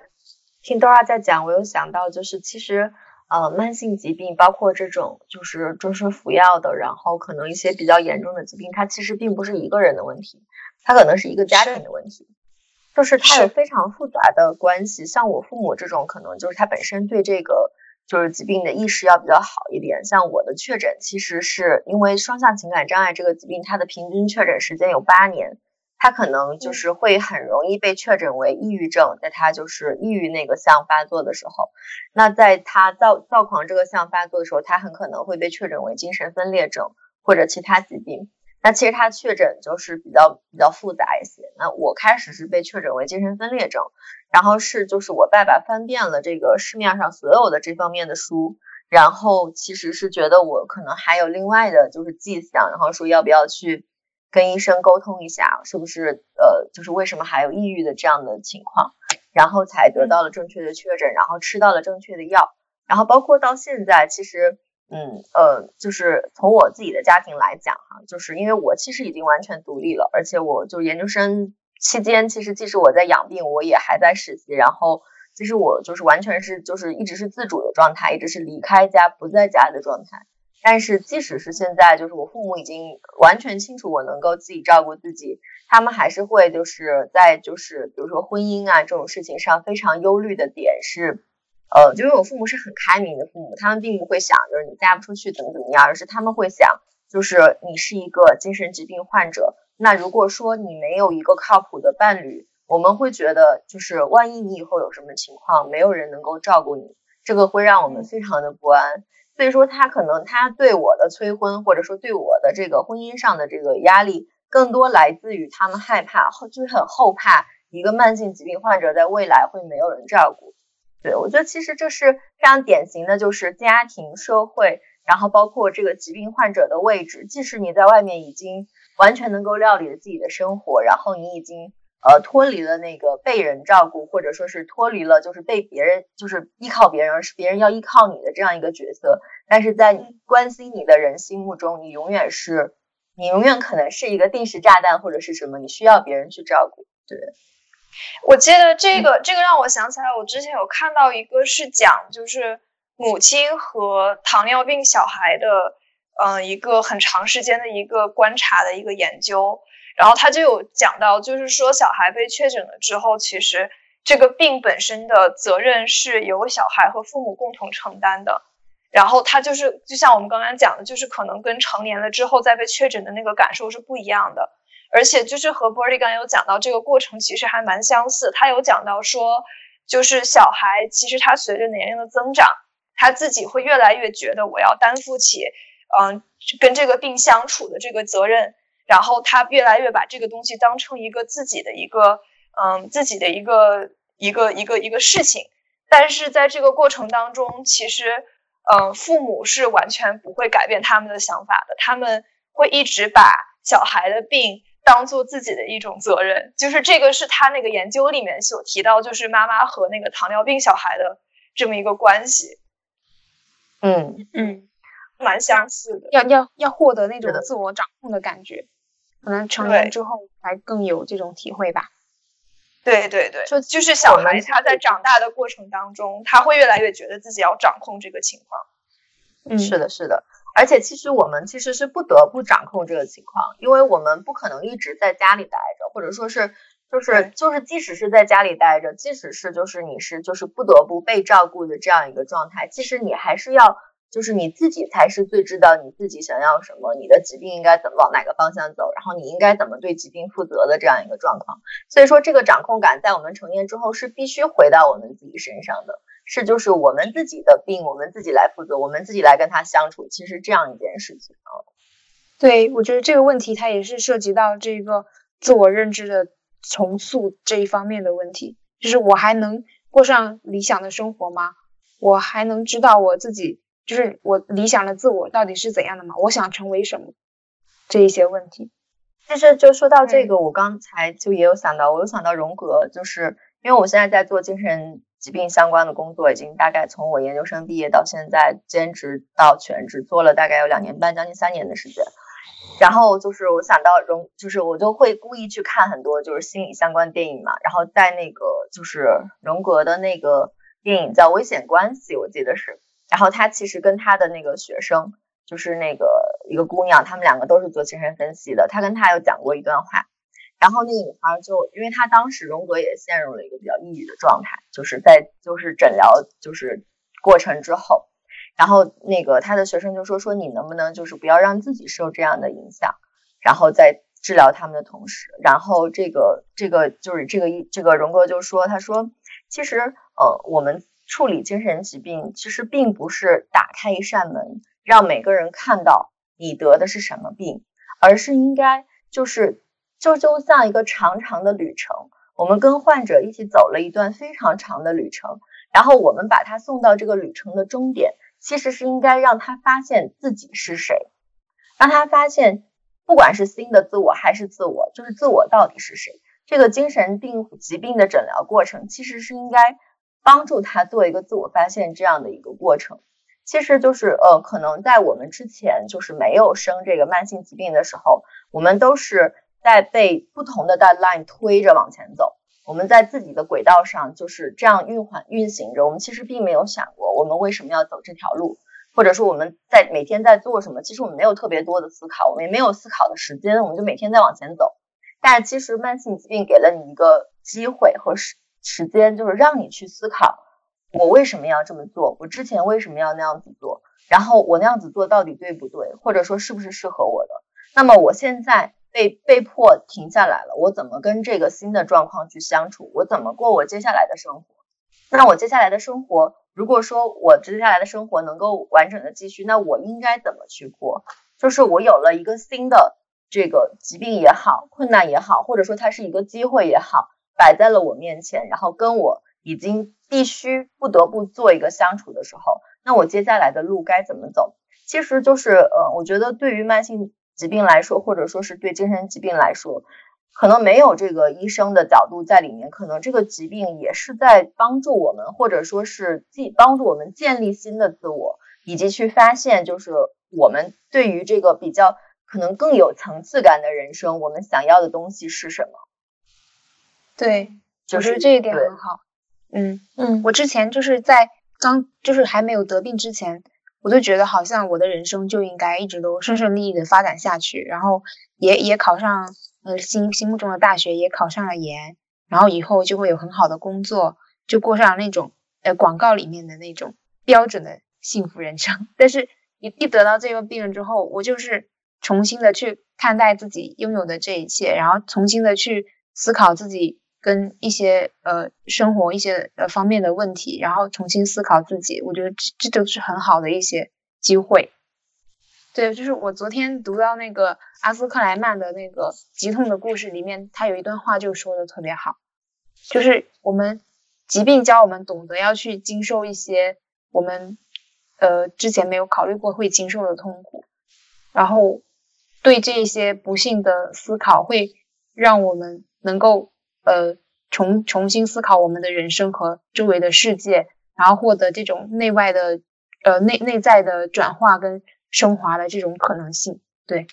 Dora 在讲，我有想到就是其实慢性疾病包括这种就是终身服药的，然后可能一些比较严重的疾病，它其实并不是一个人的问题，它可能是一个家庭的问题，就是它有非常复杂的关系。像我父母这种可能就是他本身对这个就是疾病的意识要比较好一点，像我的确诊其实是因为双向情感障碍这个疾病，它的平均确诊时间有8年，他可能就是会很容易被确诊为抑郁症，在他就是抑郁那个项发作的时候，那在他躁狂这个项发作的时候，他很可能会被确诊为精神分裂症或者其他疾病。那其实他确诊就是比较复杂一些。那我开始是被确诊为精神分裂症，然后是就是我爸爸翻遍了这个市面上所有的这方面的书，然后其实是觉得我可能还有另外的就是迹象，然后说要不要去跟医生沟通一下，是不是就是为什么还有抑郁的这样的情况，然后才得到了正确的确诊，然后吃到了正确的药，然后包括到现在其实就是从我自己的家庭来讲哈，就是因为我其实已经完全独立了，而且我就研究生期间其实即使我在养病，我也还在实习，然后其实我就是完全是就是一直是自主的状态，一直是离开家不在家的状态。但是即使是现在就是我父母已经完全清楚我能够自己照顾自己，他们还是会就是在就是比如说婚姻啊这种事情上非常忧虑的点是因为我父母是很开明的父母，他们并不会想就是你嫁不出去怎么样，而是他们会想就是你是一个精神疾病患者，那如果说你没有一个靠谱的伴侣，我们会觉得就是万一你以后有什么情况没有人能够照顾你，这个会让我们非常的不安。所以说他可能他对我的催婚或者说对我的这个婚姻上的这个压力更多来自于他们害怕，就是很后怕一个慢性疾病患者在未来会没有人照顾。对，我觉得其实这是非常典型的就是家庭社会，然后包括这个疾病患者的位置，即使你在外面已经完全能够料理了自己的生活，然后你已经脱离了那个被人照顾，或者说是脱离了就是被别人就是依靠别人，而是别人要依靠你的这样一个角色，但是在关心你的人心目中，你永远可能是一个定时炸弹或者是什么，你需要别人去照顾。对， 我记得这个让我想起来，我之前有看到一个是讲就是母亲和糖尿病小孩的一个很长时间的一个观察的一个研究，然后他就有讲到就是说小孩被确诊了之后，其实这个病本身的责任是由小孩和父母共同承担的，然后他就是就像我们刚刚讲的，就是可能跟成年了之后再被确诊的那个感受是不一样的，而且就是和 Birdy 刚才有讲到这个过程其实还蛮相似，他有讲到说就是小孩其实他随着年龄的增长，他自己会越来越觉得我要担负起跟这个病相处的这个责任，然后他越来越把这个东西当成一个自己的一个事情，但是在这个过程当中其实父母是完全不会改变他们的想法的，他们会一直把小孩的病当做自己的一种责任，就是这个是他那个研究里面所提到就是妈妈和那个糖尿病小孩的这么一个关系。蛮相似的， 要获得那种自我掌控的感觉，可能成年之后才更有这种体会吧。 对对对，就是小孩他在长大的过程当中，他会越来越觉得自己要掌控这个情况。 是的是的，而且其实我们其实是不得不掌控这个情况，因为我们不可能一直在家里待着，或者说是就是即使是在家里待着，即使是就是你是就是不得不被照顾的这样一个状态，其实你还是要就是你自己才是最知道你自己想要什么，你的疾病应该怎么往哪个方向走，然后你应该怎么对疾病负责的这样一个状况。所以说这个掌控感在我们成年之后是必须回到我们自己身上的，是就是我们自己的病我们自己来负责，我们自己来跟他相处，其实这样一件事情。 对，我觉得这个问题它也是涉及到这个自我认知的重塑这一方面的问题，就是我还能过上理想的生活吗？我还能知道我自己就是我理想的自我到底是怎样的吗？我想成为什么？这一些问题。 其实就说到这个，我刚才就也有想到，我有想到荣格，就是因为我现在在做精神疾病相关的工作，已经大概从我研究生毕业到现在兼职到全职做了大概有2年半，将近3年的时间。然后就是我想到就是我就会故意去看很多就是心理相关电影嘛，然后在那个就是荣格的那个电影叫《危险关系》，我记得是，然后他其实跟他的那个学生，就是那个一个姑娘，他们2个都是做精神分析的，他跟他有讲过一段话，然后那个女孩就因为她当时荣格也陷入了一个比较抑郁的状态，就是在就是诊疗就是过程之后，然后那个他的学生就说你能不能就是不要让自己受这样的影响，然后在治疗他们的同时，然后这个荣格就说，他说其实我们处理精神疾病其实并不是打开一扇门让每个人看到你得的是什么病，而是应该就像一个长长的旅程，我们跟患者一起走了一段非常长的旅程，然后我们把他送到这个旅程的终点，其实是应该让他发现自己是谁，让他发现不管是新的自我还是自我，就是自我到底是谁。这个精神疾病的诊疗过程其实是应该帮助他做一个自我发现这样的一个过程。其实就是可能在我们之前就是没有生这个慢性疾病的时候，我们都是在被不同的 deadline 推着往前走，我们在自己的轨道上就是这样运行着，我们其实并没有想过我们为什么要走这条路，或者说我们在每天在做什么，其实我们没有特别多的思考，我们也没有思考的时间，我们就每天在往前走。但是其实慢性疾病给了你一个机会和时间，就是让你去思考我为什么要这么做，我之前为什么要那样子做，然后我那样子做到底对不对，或者说是不是适合我的。那么我现在被迫停下来了，我怎么跟这个新的状况去相处，我怎么过我接下来的生活。那我接下来的生活，如果说我接下来的生活能够完整的继续，那我应该怎么去过，就是我有了一个新的这个疾病也好，困难也好，或者说它是一个机会也好，摆在了我面前，然后跟我已经必须不得不做一个相处的时候，那我接下来的路该怎么走。其实就是我觉得对于慢性疾病来说，或者说是对精神疾病来说，可能没有这个医生的角度在里面，可能这个疾病也是在帮助我们，或者说是帮助我们建立新的自我，以及去发现就是我们对于这个比较可能更有层次感的人生，我们想要的东西是什么。 对， 就是我觉得这一点很好。我之前就是在还没有得病之前，我就觉得好像我的人生就应该一直都顺顺利利的发展下去，然后也考上心目中的大学，也考上了研，然后以后就会有很好的工作，就过上那种广告里面的那种标准的幸福人生。但是一得到这个病了之后，我就是重新的去看待自己拥有的这一切，然后重新的去思考自己跟一些生活一些方面的问题，然后重新思考自己，我觉得这都是很好的一些机会。对，就是我昨天读到那个阿斯克莱曼的那个疾痛的故事里面，他有一段话就说的特别好，就是我们疾病教我们懂得要去经受一些我们之前没有考虑过会经受的痛苦，然后对这些不幸的思考会让我们能够重新思考我们的人生和周围的世界，然后获得这种内外的内在的转化跟升华的这种可能性。对，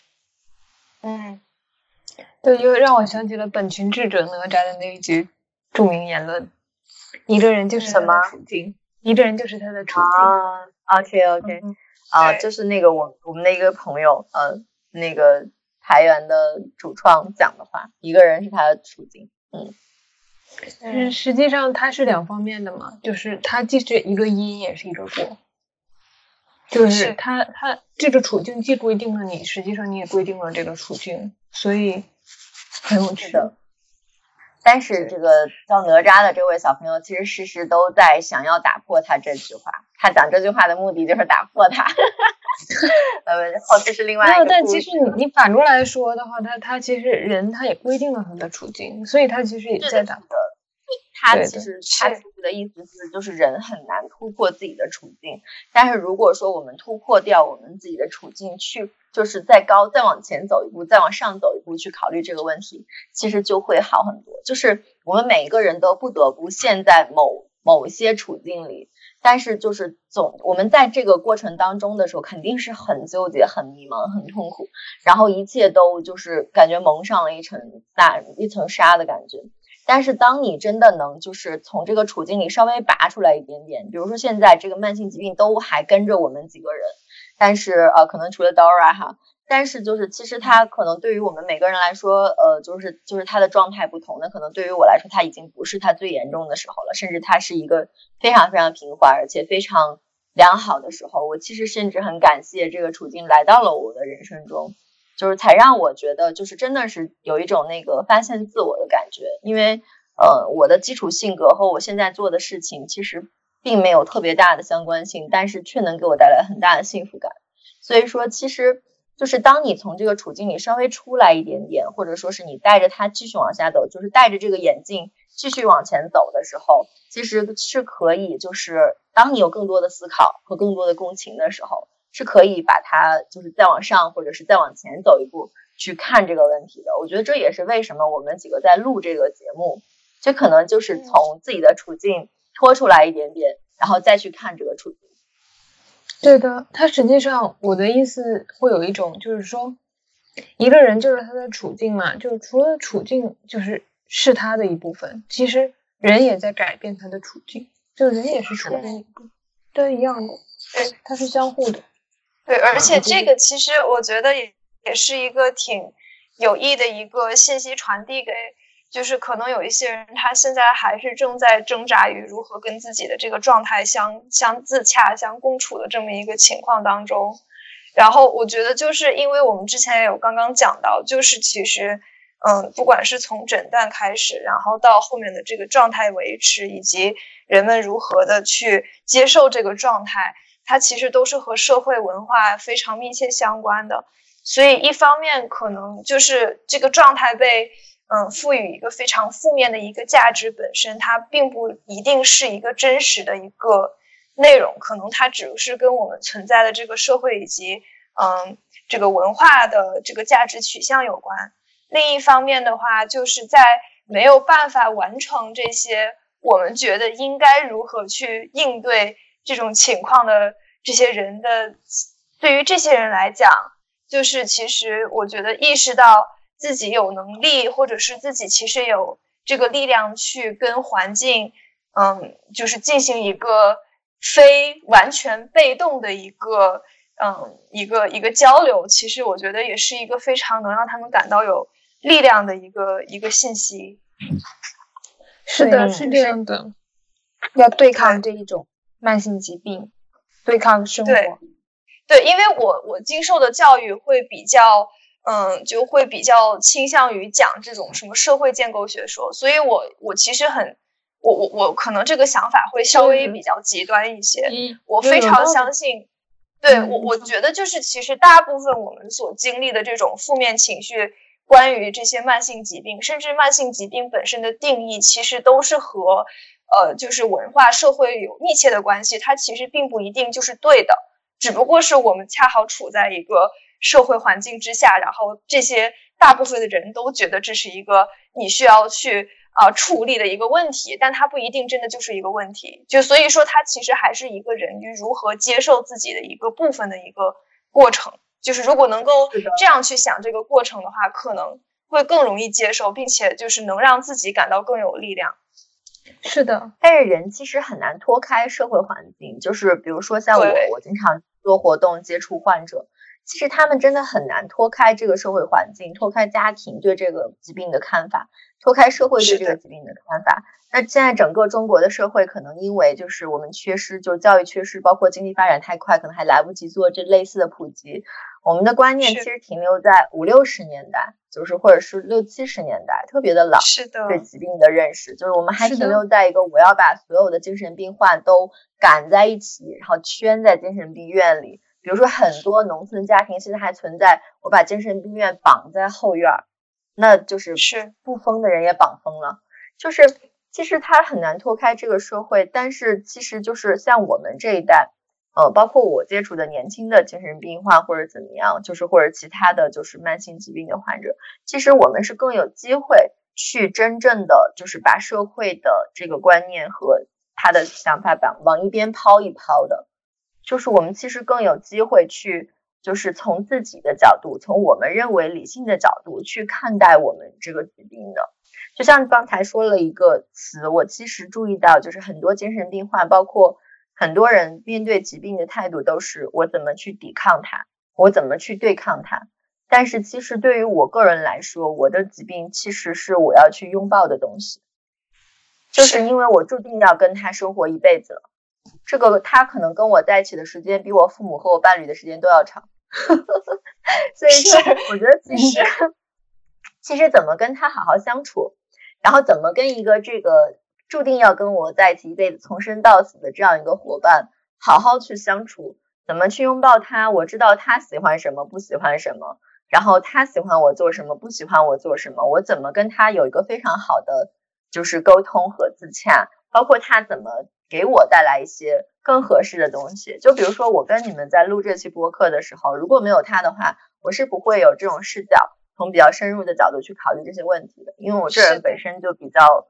对，又让我想起了本群智者哪吒的那一句著名言论：一个人就是他的处境，一个人就是他的处境。 OK 就是那个我们的一个朋友那个台源的主创讲的话，一个人是他的处境。 实际上它是两方面的嘛，就是它既是一个因也是一个果，就是它这个处境既规定了你，实际上你也规定了这个处境，所以很有趣的。 但是这个叫哪吒的这位小朋友其实时时都在想要打破他这句话，他讲这句话的目的就是打破他这是另外一个故事。 但其实你反过来说的话，他其实人他也规定了他的处境，所以他其实也在打破。 他其实的意思是就是人很难突破自己的处境，但是如果说我们突破掉我们自己的处境，去就是再往前走一步，再往上走一步去考虑这个问题，其实就会好很多。就是我们每一个人都不得不陷在某些处境里，但是就是我们在这个过程当中的时候，肯定是很纠结、很迷茫、很痛苦，然后一切都就是感觉蒙上了一层纱的感觉。但是当你真的能就是从这个处境里稍微拔出来一点点，比如说现在这个慢性疾病都还跟着我们几个人，但是可能除了 Dora 哈，但是就是其实它可能对于我们每个人来说，就是它的状态不同，那可能对于我来说，它已经不是它最严重的时候了，甚至它是一个非常非常平缓而且非常良好的时候。我其实甚至很感谢这个处境来到了我的人生中，就是才让我觉得就是真的是有一种那个发现自我的感觉。因为我的基础性格和我现在做的事情其实并没有特别大的相关性，但是却能给我带来很大的幸福感。所以说其实就是当你从这个处境里稍微出来一点点，或者说是你带着它继续往下走，就是带着这个眼镜继续往前走的时候，其实是可以就是当你有更多的思考和更多的共情的时候，是可以把它就是再往上或者是再往前走一步去看这个问题的。我觉得这也是为什么我们几个在录这个节目，就可能就是从自己的处境拖出来一点点，然后再去看这个处境。 对的，他实际上我的意思会有一种就是说一个人就是他的处境嘛，就除了处境是他的一部分，其实人也在改变他的处境，就人也是处境的一部分，都一样的，对，它是相互的。 对，而且这个其实我觉得也是一个挺有益的一个信息传递给，就是可能有一些人他现在还是正在挣扎于如何跟自己的这个状态相自洽、相共处的这么一个情况当中。然后我觉得就是因为我们之前也有刚刚讲到，就是其实不管是从诊断开始，然后到后面的这个状态维持，以及人们如何的去接受这个状态，它其实都是和社会文化非常密切相关的。所以一方面可能就是这个状态被赋予一个非常负面的一个价值本身，它并不一定是一个真实的一个内容，可能它只是跟我们存在的这个社会以及这个文化的这个价值取向有关。另一方面的话，就是在没有办法完成这些我们觉得应该如何去应对这种情况的这些人的，对于这些人来讲，就是其实我觉得意识到自己有能力，或者是自己其实有这个力量去跟环境就是进行一个非完全被动的一个交流，其实我觉得也是一个非常能让他们感到有力量的一个信息。 是的，是这样的， 要对抗这一种慢性疾病，对抗生活。 对，因为我经受的教育会比较就会比较倾向于讲这种什么社会建构学说，所以我其实我可能这个想法会稍微比较极端一些。我非常相信，对，我觉得就是其实大部分我们所经历的这种负面情绪，关于这些慢性疾病，甚至慢性疾病本身的定义，其实都是和就是文化社会有密切的关系，它其实并不一定就是对的，只不过是我们恰好处在一个社会环境之下，然后这些大部分的人都觉得这是一个你需要去处理的一个问题，但它不一定真的就是一个问题。就所以说它其实还是一个人于如何接受自己的一个部分的一个过程，就是如果能够这样去想这个过程的话，可能会更容易接受，并且就是能让自己感到更有力量。 是的， 但是人其实很难脱开社会环境，就是比如说像我经常做活动接触患者，其实他们真的很难脱开这个社会环境，脱开家庭对这个疾病的看法，脱开社会对这个疾病的看法。那现在整个中国的社会可能因为就是我们缺失，就教育缺失，包括经济发展太快，可能还来不及做这类似的普及，我们的观念其实停留在50-60年代，就是或者是60-70年代，特别的老。 是的， 对疾病的认识，就是我们还停留在一个我要把所有的精神病患都赶在一起，然后圈在精神病院里。比如说很多农村家庭现在还存在我把精神病院绑在后院，那就是不疯的人也绑疯了。就是其实他很难脱开这个社会，但是其实就是像我们这一代包括我接触的年轻的精神病患或者怎么样，就是或者其他的就是慢性疾病的患者，其实我们是更有机会去真正的就是把社会的这个观念和他的想法往一边抛一抛的，就是我们其实更有机会去就是从自己的角度，从我们认为理性的角度去看待我们这个疾病的。就像刚才说了一个词，我其实注意到就是很多精神病患，包括很多人面对疾病的态度都是我怎么去抵抗它，我怎么去对抗它。但是其实对于我个人来说，我的疾病其实是我要去拥抱的东西，就是因为我注定要跟他生活一辈子了。这个他可能跟我在一起的时间比我父母和我伴侣的时间都要长所以说我觉得其实怎么跟他好好相处，然后怎么跟一个这个注定要跟我在一起一辈子从生到死的这样一个伙伴好好去相处，怎么去拥抱他，我知道他喜欢什么不喜欢什么，然后他喜欢我做什么不喜欢我做什么，我怎么跟他有一个非常好的就是沟通和自洽，包括他怎么给我带来一些更合适的东西。就比如说我跟你们在录这期播客的时候，如果没有他的话，我是不会有这种视角从比较深入的角度去考虑这些问题的。因为我这人本身就比较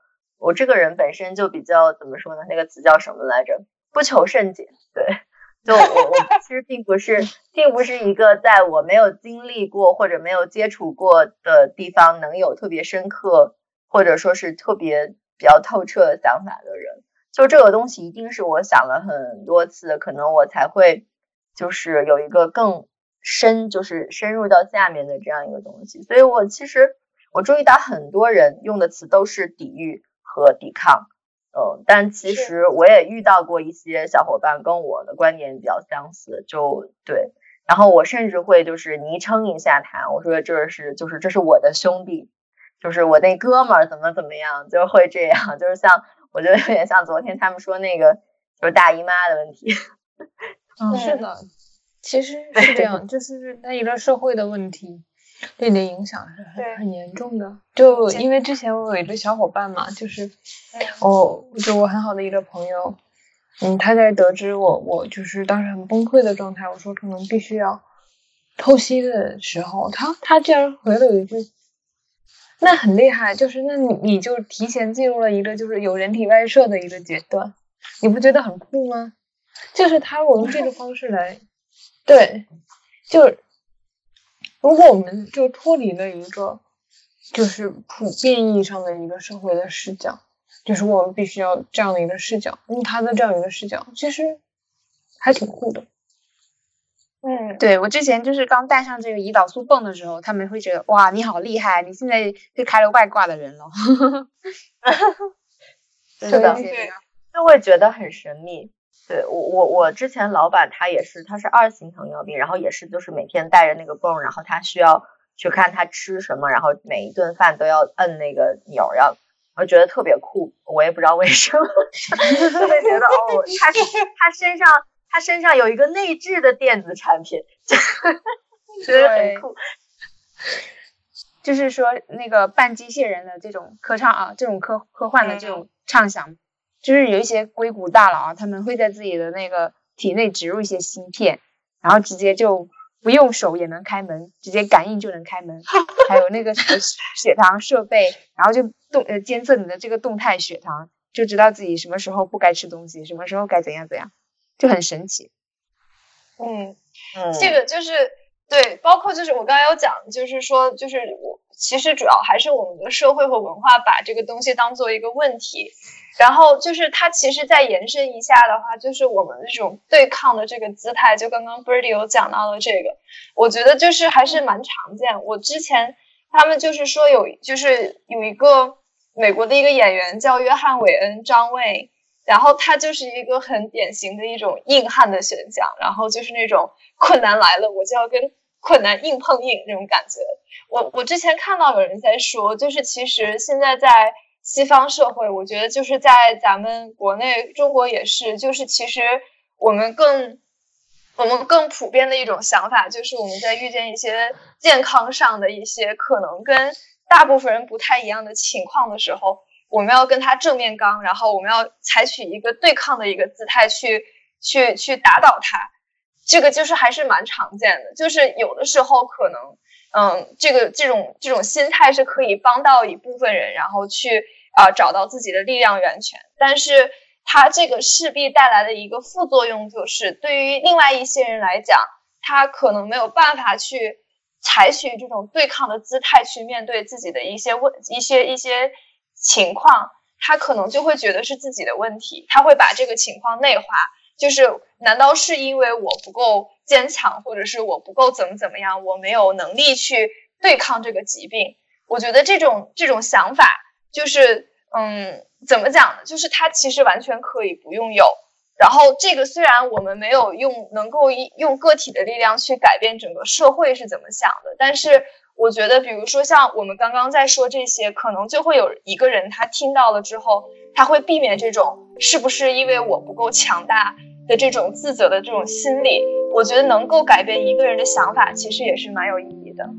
怎么说呢，那个词叫什么来着，不求甚解。对，就我其实并不是一个在我没有经历过或者没有接触过的地方能有特别深刻或者说是特别比较透彻的想法的人。就这个东西一定是我想了很多次，可能我才会就是有一个更深，就是深入到下面的这样一个东西。所以我注意到很多人用的词都是抵御和抵抗，但其实我也遇到过一些小伙伴跟我的观点比较相似，就对，然后我甚至会就是昵称一下他，我说这是我的兄弟，就是我那哥们儿怎么样，就会这样，就是像我觉得有点像昨天他们说那个就是大姨妈的问题。 是的，其实是这样，就是它一个社会的问题，对你的影响是很严重的。就因为之前我有一个小伙伴嘛，就是我很好的一个朋友，他在得知我就是当时很崩溃的状态，我说可能必须要透析的时候，他竟然回了一句，那很厉害，就是那你就提前进入了一个就是有人体外射的一个阶段，你不觉得很酷吗？就是他用这个方式来对，就是如果我们就脱离了一个就是普遍意义上的一个社会的视角，就是我们必须要这样的一个视角，用他的这样一个视角其实还挺酷的。 对，我之前就是刚带上这个胰岛素泵的时候，他们会觉得哇你好厉害，你现在就开了外挂的人了是的，就会觉得很神秘。对，我之前老板他是2型糖尿病，然后也是就是每天带着那个泵，然后他需要去看他吃什么，然后每一顿饭都要摁那个钮，我觉得特别酷，我也不知道为什么就会觉得他身上有一个内置的电子产品觉得很酷。 就是说那个半机械人的这种科创啊，这种科幻的这种畅想，就是有一些硅谷大佬啊，他们会在自己的那个体内植入一些芯片，然后直接就不用手也能开门，直接感应就能开门还有那个什么血糖设备，然后就监测你的这个动态血糖，就知道自己什么时候不该吃东西，什么时候该怎样，就很神奇。 这个就是对，包括就是我刚才有讲，就是说就是我其实主要还是我们的社会和文化把这个东西当做一个问题，然后就是它其实再延伸一下的话，就是我们这种对抗的这个姿态，就刚刚 Birdy 有讲到的这个，我觉得就是还是蛮常见。我之前他们就是说有一个美国的一个演员叫约翰韦恩张卫，然后他就是一个很典型的一种硬汉的形象，然后就是那种困难来了我就要跟困难硬碰硬那种感觉。我之前看到有人在说，就是其实现在在西方社会，我觉得就是在咱们国内中国也是，就是其实我们更普遍的一种想法，就是我们在遇见一些健康上的一些可能跟大部分人不太一样的情况的时候，我们要跟他正面刚，然后我们要采取一个对抗的一个姿态去打倒他。这个就是还是蛮常见的，就是有的时候可能这种心态是可以帮到一部分人，然后去找到自己的力量源泉。但是它这个势必带来的一个副作用就是，对于另外一些人来讲，他可能没有办法去采取这种对抗的姿态去面对自己的一些情况，他可能就会觉得是自己的问题，他会把这个情况内化，就是难道是因为我不够坚强，或者是我不够怎么样，我没有能力去对抗这个疾病。我觉得这种想法就是怎么讲呢，就是它其实完全可以不用有。然后这个虽然我们没有能够用个体的力量去改变整个社会是怎么想的，但是我觉得比如说像我们刚刚在说这些，可能就会有一个人他听到了之后，他会避免这种是不是因为我不够强大的这种自责的这种心理。我觉得能够改变一个人的想法其实也是蛮有意义的。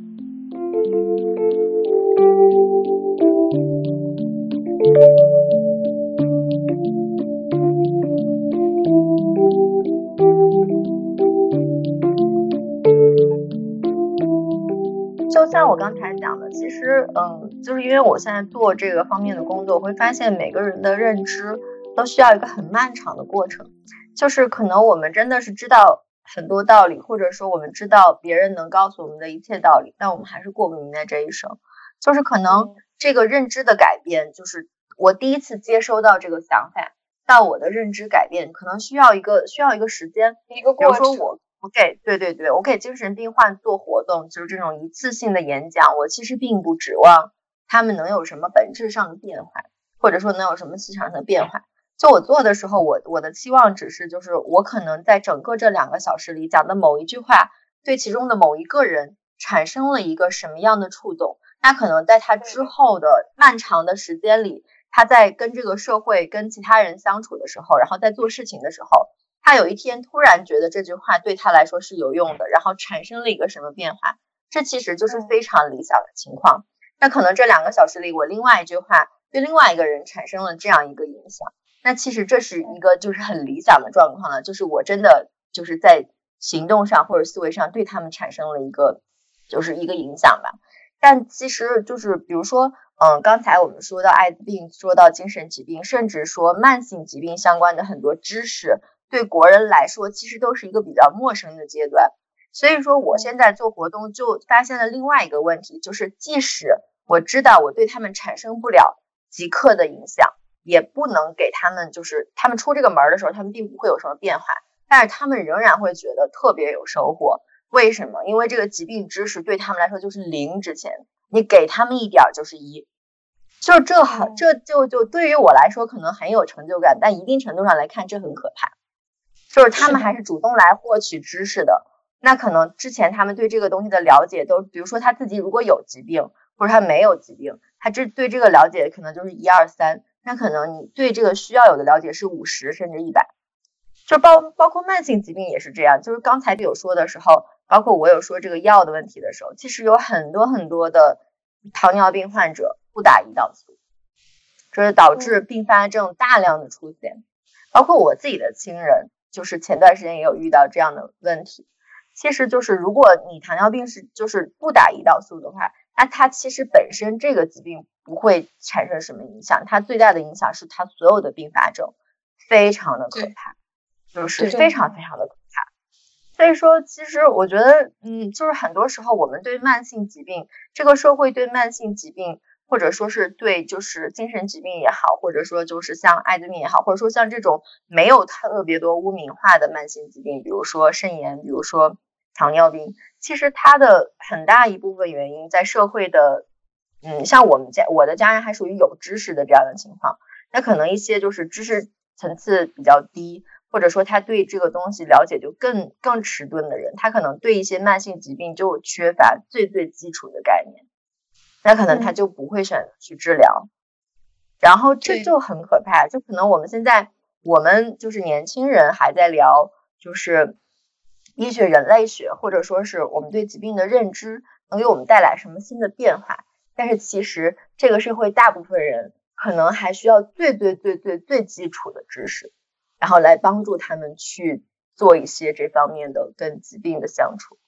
就像我刚才讲的，其实就是因为我现在做这个方面的工作，我会发现每个人的认知都需要一个很漫长的过程。就是可能我们真的是知道很多道理，或者说我们知道别人能告诉我们的一切道理，但我们还是过不明白这一生。就是可能这个认知的改变，就是我第一次接收到这个想法到我的认知改变，可能需要一个时间， 一个过程。 比如说我给精神病患做活动，就是这种一次性的演讲，我其实并不指望他们能有什么本质上的变化，或者说能有什么思想上的变化。就我做的时候，我的期望只是就是我可能在整个这2个小时里讲的某一句话，对其中的某一个人产生了一个什么样的触动，那可能在他之后的漫长的时间里，他在跟这个社会跟其他人相处的时候，然后在做事情的时候，他有一天突然觉得这句话对他来说是有用的，然后产生了一个什么变化，这其实就是非常理想的情况。那可能这2个小时里，我另外一句话对另外一个人产生了这样一个影响，那其实这是一个就是很理想的状况了，就是我真的就是在行动上或者思维上对他们产生了一个影响吧。但其实就是比如说刚才我们说到艾滋病，说到精神疾病，甚至说慢性疾病相关的很多知识，对国人来说其实都是一个比较陌生的阶段。所以说我现在做活动就发现了另外一个问题，就是即使我知道我对他们产生不了即刻的影响，也不能给他们，就是他们出这个门的时候他们并不会有什么变化，但是他们仍然会觉得特别有收获。为什么？因为这个疾病知识对他们来说就是0之前，你给他们一点就是1，就这就对于我来说可能很有成就感，但一定程度上来看这很可怕，就是他们还是主动来获取知识的。那可能之前他们对这个东西的了解都，比如说他自己如果有疾病或者他没有疾病，他对这个了解可能就是1、2、3，那可能你对这个需要有的了解是50甚至100。就包括慢性疾病也是这样，就是刚才有说的时候，包括我有说这个药的问题的时候，其实有很多的糖尿病患者不打胰岛素，这是导致并发症大量的出现。包括我自己的亲人，就是前段时间也有遇到这样的问题。其实就是如果你糖尿病就是不打胰岛素的话，那它其实本身这个疾病不会产生什么影响，它最大的影响是它所有的并发症非常的可怕，就是非常非常的可怕。所以说其实我觉得就是很多时候我们对慢性疾病，这个社会对慢性疾病，或者说是对就是精神疾病也好，或者说就是像艾滋病也好，或者说像这种没有特别多污名化的慢性疾病，比如说肾炎，比如说糖尿病，其实它的很大一部分原因在社会的像我的家人还属于有知识的这样的情况，那可能一些就是知识层次比较低，或者说他对这个东西了解就更迟钝的人，他可能对一些慢性疾病就缺乏最基础的概念，那可能他就不会选择去治疗，然后这就很可怕。就可能我们就是年轻人还在聊就是医学人类学，或者说是我们对疾病的认知能给我们带来什么新的变化，但是其实这个社会大部分人可能还需要最基础的知识，然后来帮助他们去做一些这方面的跟疾病的相处。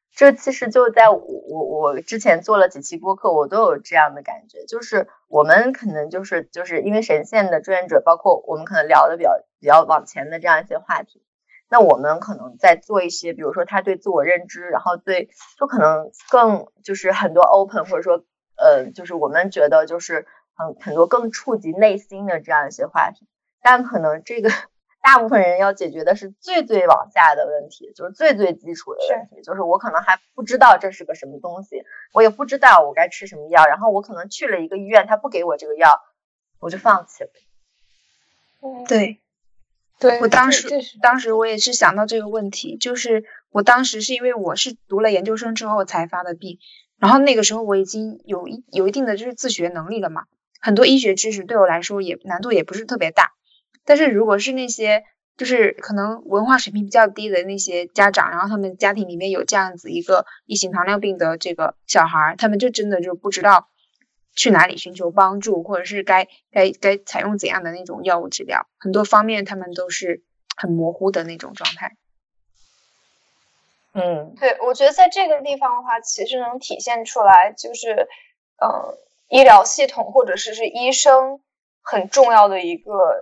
这其实就在我之前做了几期播客，我都有这样的感觉，就是我们可能就是因为神仙的志愿者，包括我们可能聊的比较往前的这样一些话题，那我们可能在做一些，比如说他对自我认知，然后对就可能更就是很多 open， 或者说就是我们觉得就是很多更触及内心的这样一些话题，但可能这个大部分人要解决的是最往下的问题，就是最基础的问题，就是我可能还不知道这是个什么东西，我也不知道我该吃什么药，然后我可能去了一个医院，他不给我这个药，我就放弃了。 对，我当时我也是想到这个问题，就是我当时是因为我是读了研究生之后才发的病，然后那个时候我已经有一定的就是自学能力了嘛，很多医学知识对我来说也难度也不是特别大。但是如果是那些就是可能文化水平比较低的那些家长，然后他们家庭里面有这样子一个一型糖尿病的这个小孩，他们就真的就不知道去哪里寻求帮助，或者是该采用怎样的那种药物治疗，很多方面他们都是很模糊的那种状态。 对，我觉得在这个地方的话，其实能体现出来就是医疗系统或者是医生很重要的一个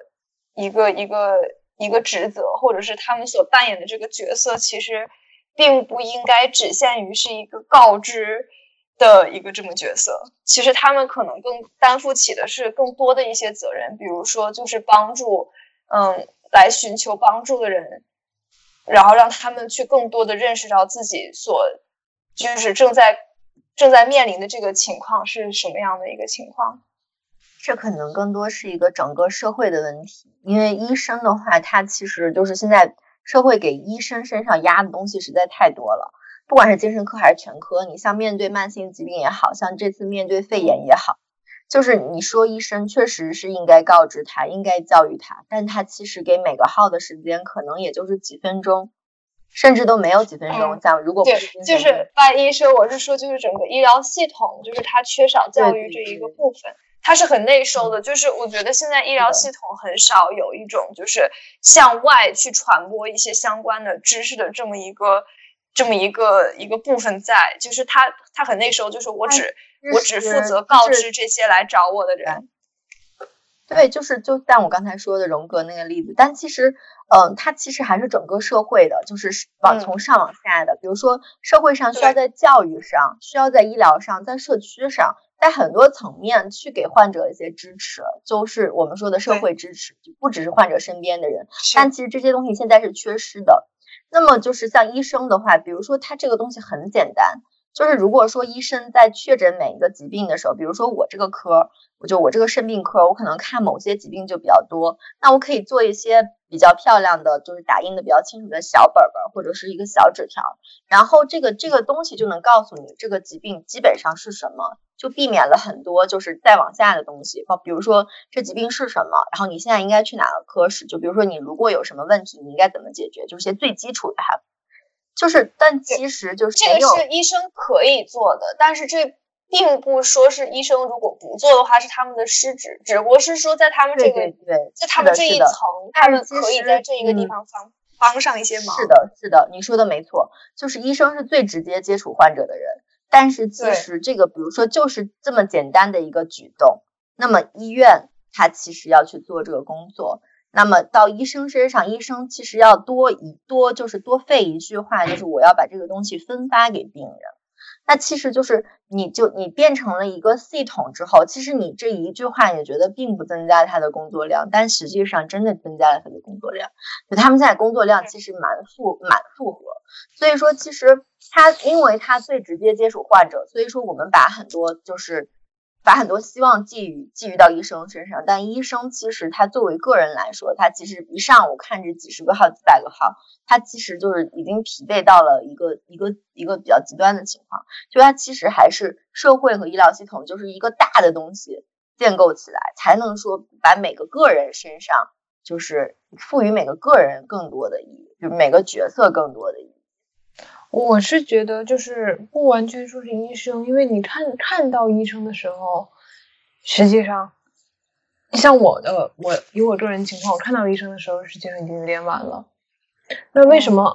职责，或者是他们所扮演的这个角色，其实并不应该只限于是一个告知的一个这么角色，其实他们可能更担负起的是更多的一些责任，比如说就是帮助来寻求帮助的人，然后让他们去更多的认识到自己所就是正在面临的这个情况是什么样的一个情况。 这可能更多是一个整个社会的问题，因为医生的话，他其实就是现在社会给医生身上压的东西实在太多了，不管是精神科还是全科，你像面对慢性疾病也好，像这次面对肺炎也好，就是你说医生确实是应该告知他，应该教育他，但他其实给每个号的时间可能也就是几分钟，甚至都没有几分钟。像如果不是就是万医生，我是说就是整个医疗系统，就是他缺少教育这一个部分。它是很内收的，就是我觉得现在医疗系统很少有一种就是向外去传播一些相关的知识的这么一个部分在，就是它很内收，就是我只负责告知这些来找我的人。 对，就像我刚才说的荣格那个例子，但其实它其实还是整个社会的，就是从上往下的，比如说社会上需要在教育上，需要在医疗上，在社区上，在很多层面去给患者一些支持，就是我们说的社会支持，就不只是患者身边的人，但其实这些东西现在是缺失的。那么就是像医生的话，比如说他这个东西很简单，就是如果说医生在确诊每一个疾病的时候，比如说我这个科，我这个肾病科，我可能看某些疾病就比较多，那我可以做一些比较漂亮的，就是打印的比较清楚的小本本或者是一个小纸条，然后这个东西就能告诉你这个疾病基本上是什么，就避免了很多就是再往下的东西，比如说这疾病是什么，然后你现在应该去哪个科室，就比如说你如果有什么问题，你应该怎么解决，就是些最基础的哈。就是但其实就是这个是医生可以做的，但是这并不说是医生如果不做的话是他们的失职，只不过是说在他们这个对在他们这一层，他们可以在这一个地方帮上一些忙。 是的，你说的没错，就是医生是最直接接触患者的人，但是其实这个比如说就是这么简单的一个举动，那么医院他其实要去做这个工作，那么到医生身上，医生其实要多费一句话，就是我要把这个东西分发给病人。那其实就是你变成了一个系统之后，其实你这一句话也觉得并不增加他的工作量，但实际上真的增加了他的工作量。就他们现在工作量其实蛮复合，所以说其实因为他最直接接触患者，所以说我们把很多希望寄予到医生身上，但医生其实他作为个人来说，他其实一上午看着几十个号几百个号，他其实就是已经疲惫到了一个比较极端的情况，就他其实还是社会和医疗系统就是一个大的东西建构起来，才能说把每个个人身上就是赋予每个个人更多的意义，就是每个角色更多的意义。 我是觉得就是不完全说是医生，因为你看到医生的时候，实际上像我以我个人情况，我看到医生的时候实际上已经有点晚了。那为什么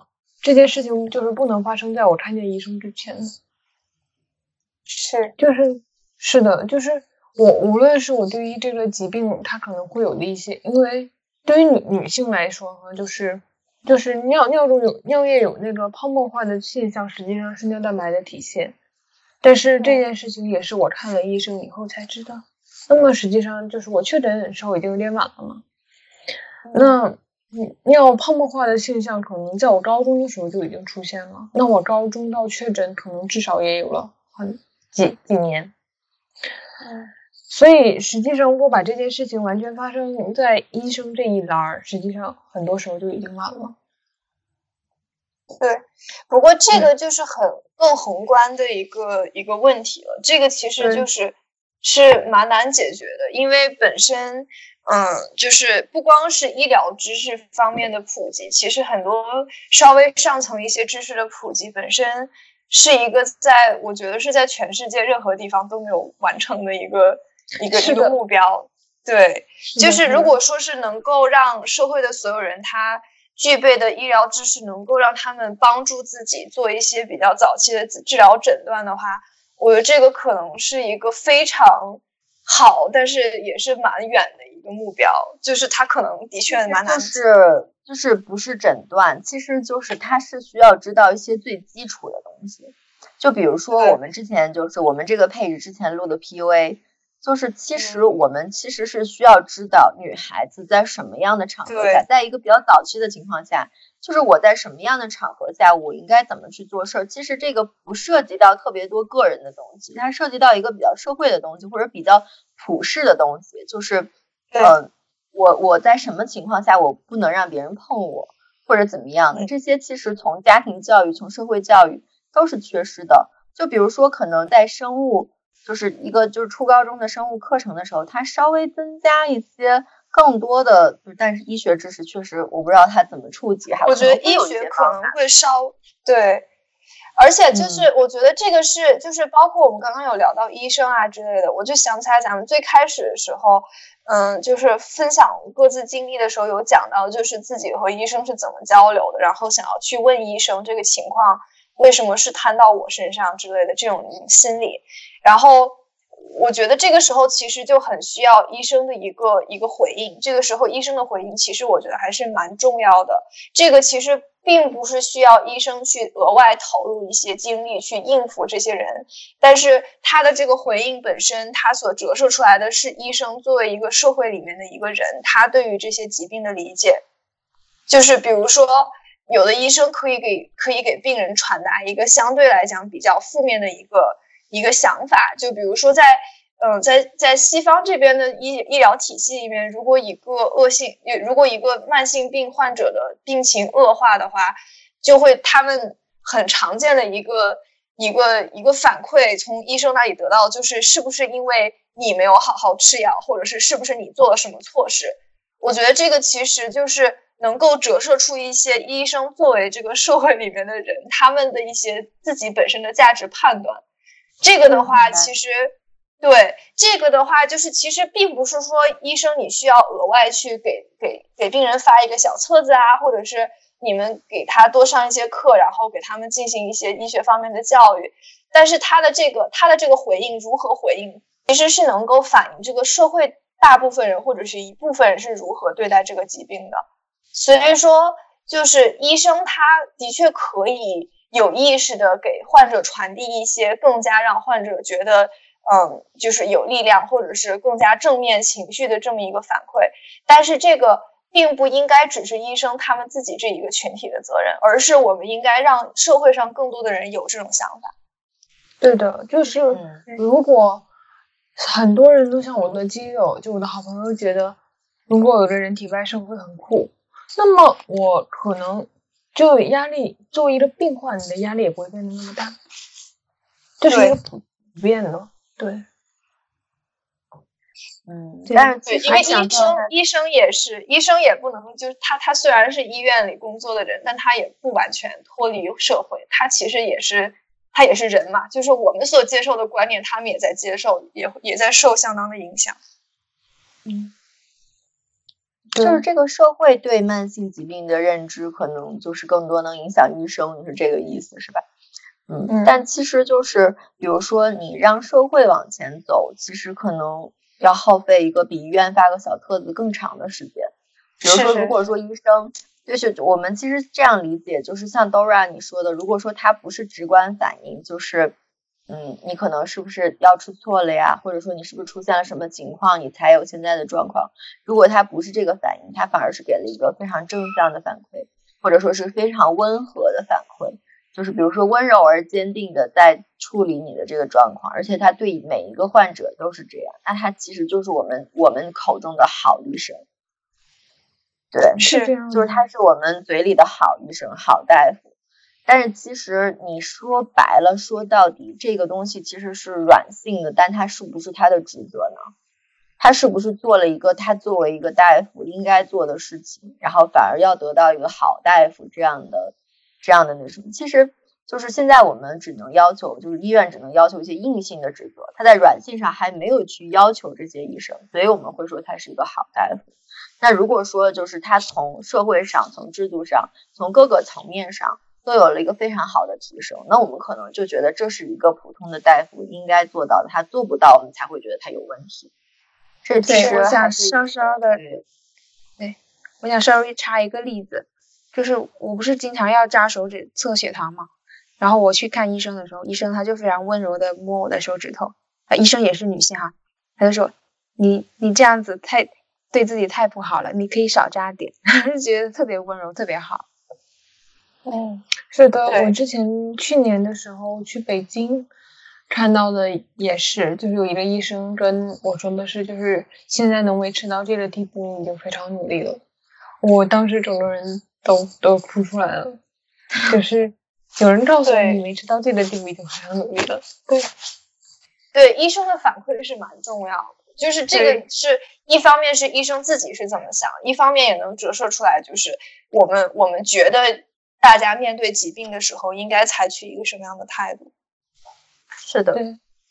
这件事情就是不能发生在我看见医生之前的。是的，就是我无论是我对于这个疾病它可能会有的一些，因为对于女性来说哈，就是尿液有那个泡沫化的现象，实际上是尿蛋白的体现。但是这件事情也是我看了医生以后才知道。那么实际上就是我确诊的时候已经有点晚了嘛。那尿泡沫化的现象可能在我高中的时候就已经出现了。那我高中到确诊可能至少也有了几年。所以实际上如果把这件事情完全发生在医生这一栏，实际上很多时候就已经晚了。 对，不过这个就是更宏观的一个问题了。这个其实是蛮难解决的，因为本身就是不光是医疗知识方面的普及，其实很多稍微上层一些知识的普及本身是一个我觉得是在全世界任何地方都没有完成的一个目标。对，就是如果说是能够让社会的所有人他具备的医疗知识能够让他们帮助自己做一些比较早期的治疗诊断的话，我觉得这个可能是一个非常好但是也是蛮远的一个目标，就是它可能的确蛮难， 就是不是诊断，其实就是它是需要知道一些最基础的东西。就比如说我们之前就是我们这个配置之前录的 PUA， 就是其实我们其实是需要知道女孩子在什么样的场合下，在一个比较早期的情况下，就是我在什么样的场合下我应该怎么去做事儿。其实这个不涉及到特别多个人的东西，它涉及到一个比较社会的东西或者比较普世的东西，就是我在什么情况下我不能让别人碰我或者怎么样的，这些其实从家庭教育从社会教育都是缺失的。就比如说可能在生物就是初高中的生物课程的时候，它稍微增加一些更多的，但是医学知识确实我不知道它怎么触及， 我觉得医学可能会对，而且就是我觉得这个是就是包括我们刚刚有聊到医生啊之类的，我就想起来咱们最开始的时候就是分享各自经历的时候有讲到就是自己和医生是怎么交流的，然后想要去问医生这个情况为什么是摊到我身上之类的这种心理。然后我觉得这个时候其实就很需要医生的一个回应，这个时候医生的回应其实我觉得还是蛮重要的。这个其实并不是需要医生去额外投入一些精力去应付这些人，但是他的这个回应本身他所折射出来的是医生作为一个社会里面的一个人，他对于这些疾病的理解。就是比如说有的医生可以给病人传达一个相对来讲比较负面的一个想法，就比如说在西方这边的医疗体系里面，如果一个慢性病患者的病情恶化的话，就会他们很常见的一个反馈从医生那里得到，就是是不是因为你没有好好吃药，或者是不是你做了什么错事。我觉得这个其实就是能够折射出一些医生作为这个社会里面的人他们的一些自己本身的价值判断。这个的话其实对这个的话就是其实并不是说医生你需要额外去给病人发一个小册子啊，或者是你们给他多上一些课，然后给他们进行一些医学方面的教育，但是他的这个回应如何回应其实是能够反映这个社会大部分人或者是一部分人是如何对待这个疾病的。所以说就是医生他的确可以有意识的给患者传递一些更加让患者觉得就是有力量或者是更加正面情绪的这么一个反馈，但是这个并不应该只是医生他们自己这一个群体的责任，而是我们应该让社会上更多的人有这种想法。 对的，就是如果很多人都像我的基友，就我的好朋友觉得如果有的人体外生会很酷，那么我可能就压力作为一个病患，你的压力也不会变得那么大，这是一个普遍的。对， 但是对，因为医生也不能就是他虽然是医院里工作的人，但他也不完全脱离社会，他其实也是人嘛，就是我们所接受的观念他们也在接受，也在受相当的影响。 就是这个社会对慢性疾病的认知可能就是更多能影响医生，你是这个意思是吧？但其实就是比如说你让社会往前走，其实可能要耗费一个比医院发个小册子更长的时间。比如说如果说医生就是我们其实这样理解，就是像 Dora 你说的，如果说它不是直观反应，就是你可能是不是药吃错了呀，或者说你是不是出现了什么情况你才有现在的状况，如果它不是这个反应，它反而是给了一个非常正向的反馈，或者说是非常温和的反馈，就是比如说温柔而坚定的在处理你的这个状况，而且他对每一个患者都是这样，那他其实就是我们口中的好医生。对， 是这样， 就是他是我们嘴里的好医生、好大夫。但是其实你说白了，说到底这个东西其实是软性的，但他是不是他的职责呢？他是不是做了一个他作为一个大夫应该做的事情，然后反而要得到一个好大夫这样的那什么？其实就是现在我们只能要求，就是医院只能要求一些硬性的职责，他在软性上还没有去要求这些医生，所以我们会说他是一个好大夫。那如果说就是他从社会上、从制度上、从各个层面上都有了一个非常好的提升，那我们可能就觉得这是一个普通的大夫应该做到的，他做不到我们才会觉得他有问题。这其实我想稍稍的我想稍微插一个例子，就是我不是经常要扎手指测血糖吗？然后我去看医生的时候，医生他就非常温柔的摸我的手指头，医生也是女性哈，他就说你这样子对自己太不好了，你可以少扎点，就觉得特别温柔，特别好。 是的，我之前去年的时候去北京看到的也是，就是有一个医生跟我说的是，就是现在能维持到这个地步已经非常努力了。我当时整个人都哭出来了，就是有人告诉你维持到这个地步已经非常努力了。 对，医生的反馈是蛮重要的。就是这个是一方面是医生自己是怎么想，一方面也能折射出来，就是我们觉得大家面对疾病的时候应该采取一个什么样的态度。 是的，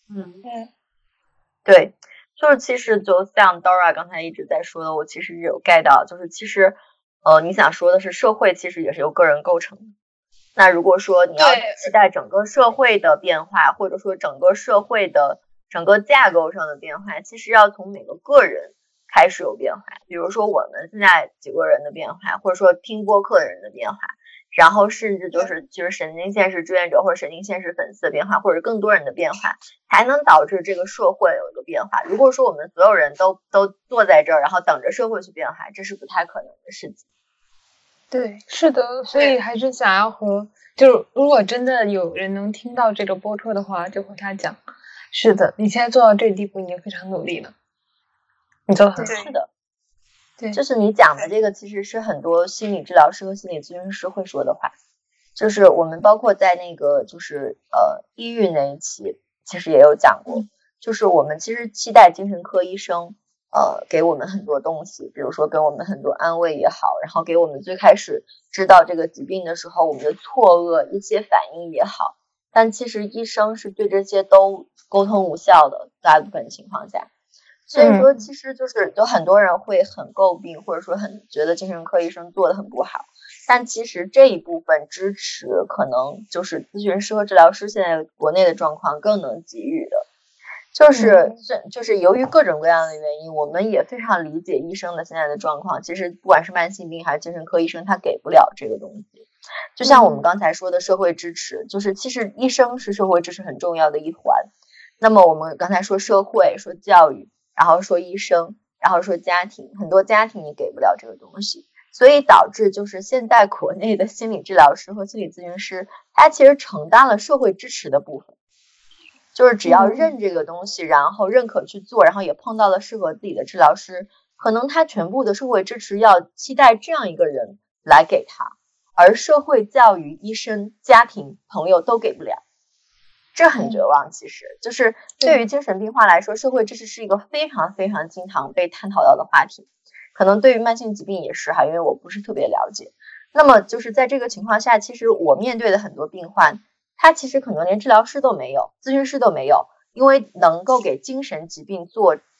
对，就是其实就像 Dora 刚才一直在说的，我其实有 get 到，就是其实你想说的是社会其实也是由个人构成的。那如果说你要期待整个社会的变化，或者说整个社会的整个架构上的变化，其实要从每个个人开始有变化。比如说我们现在几个人的变化，或者说听播客的人的变化，然后甚至就是神经现实志愿者或者神经现实粉丝的变化，或者更多人的变化，才能导致这个社会有一个变化。如果说我们所有人都坐在这儿，然后等着社会去变化，这是不太可能的事情。 对，是的，所以还是想要就是如果真的有人能听到这个播客的话，就和他讲，是的，你现在做到这个地步已经非常努力了，你做得很好。 是的，对，就是你讲的这个其实是很多心理治疗师和心理咨询师会说的话，就是我们包括在那个就是抑郁那一期其实也有讲过，就是我们其实期待精神科医生给我们很多东西，比如说给我们很多安慰也好，然后给我们最开始知道这个疾病的时候我们的错愕一些反应也好，但其实医生是对这些都沟通无效的，大部分情况下。所以说其实就是有很多人会很诟病，或者说很觉得精神科医生做得很不好，但其实这一部分支持可能就是咨询师和治疗师现在国内的状况更能给予的。就是由于各种各样的原因，我们也非常理解医生的现在的状况，其实不管是慢性病还是精神科医生，他给不了这个东西。就像我们刚才说的社会支持，就是其实医生是社会支持很重要的一环。那么我们刚才说社会，说教育，然后说医生，然后说家庭，很多家庭你给不了这个东西，所以导致就是现在国内的心理治疗师和心理咨询师，他其实承担了社会支持的部分。就是只要认这个东西，然后认可去做，然后也碰到了适合自己的治疗师，可能他全部的社会支持要期待这样一个人来给他，而社会教育、医生、家庭、朋友都给不了，这很绝望。其实就是对于精神病患来说，社会支持是一个非常非常经常被探讨到的话题，可能对于慢性疾病也是哈，因为我不是特别了解。那么就是在这个情况下，其实我面对的很多病患，他其实可能连治疗师都没有，咨询师都没有，因为能够给精神疾病做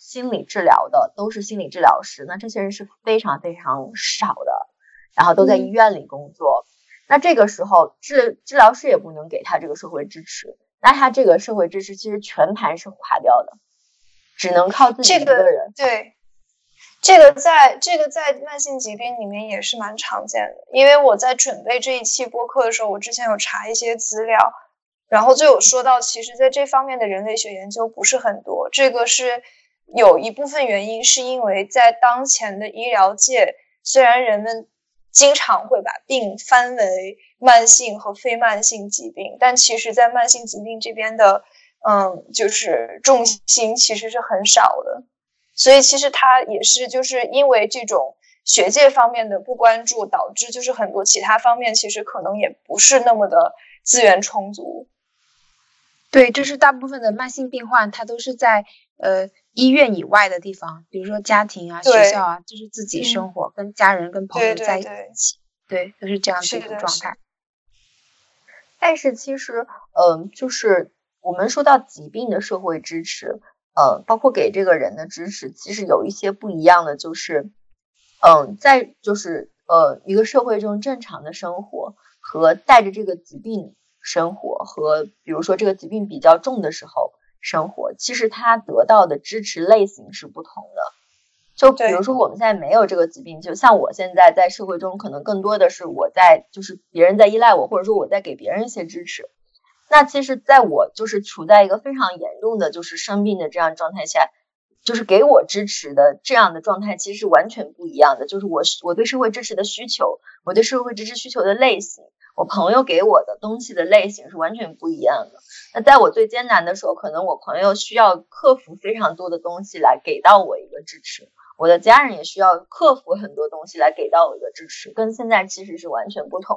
心理治疗的都是心理治疗师，那这些人是非常非常少的，然后都在医院里工作。那这个时候治疗师也不能给他这个社会支持，那他这个社会支持其实全盘是垮掉的，只能靠自己一个人。 对，这个在慢性疾病里面也是蛮常见的。因为我在准备这一期播客的时候，我之前有查一些资料，然后就有说到，其实在这方面的人类学研究不是很多。这个是有一部分原因是因为在当前的医疗界，虽然人们经常会把病分为慢性和非慢性疾病，但其实在慢性疾病这边的就是重心其实是很少的。所以其实它也是就是因为这种学界方面的不关注，导致就是很多其他方面其实可能也不是那么的资源充足。 对，就是大部分的慢性病患他都是在医院以外的地方，比如说家庭啊、学校啊，就是自己生活，跟家人、跟朋友在一起，对，都是这样子的状态。 但是其实就是我们说到疾病的社会支持，包括给这个人的支持，其实有一些不一样的，就是在就是一个社会中正常的生活和带着这个疾病生活，和比如说这个疾病比较重的时候生活，其实他得到的支持类型是不同的。就比如说我们现在没有这个疾病，就像我现在在社会中可能更多的是我在就是别人在依赖我，或者说我在给别人一些支持。那其实在我就是处在一个非常严重的就是生病的这样状态下，就是给我支持的这样的状态其实是完全不一样的。就是我对社会支持的需求，我对社会支持需求的类型，我朋友给我的东西的类型是完全不一样的。那在我最艰难的时候，可能我朋友需要克服非常多的东西来给到我一个支持，我的家人也需要克服很多东西来给到我一个支持，跟现在其实是完全不同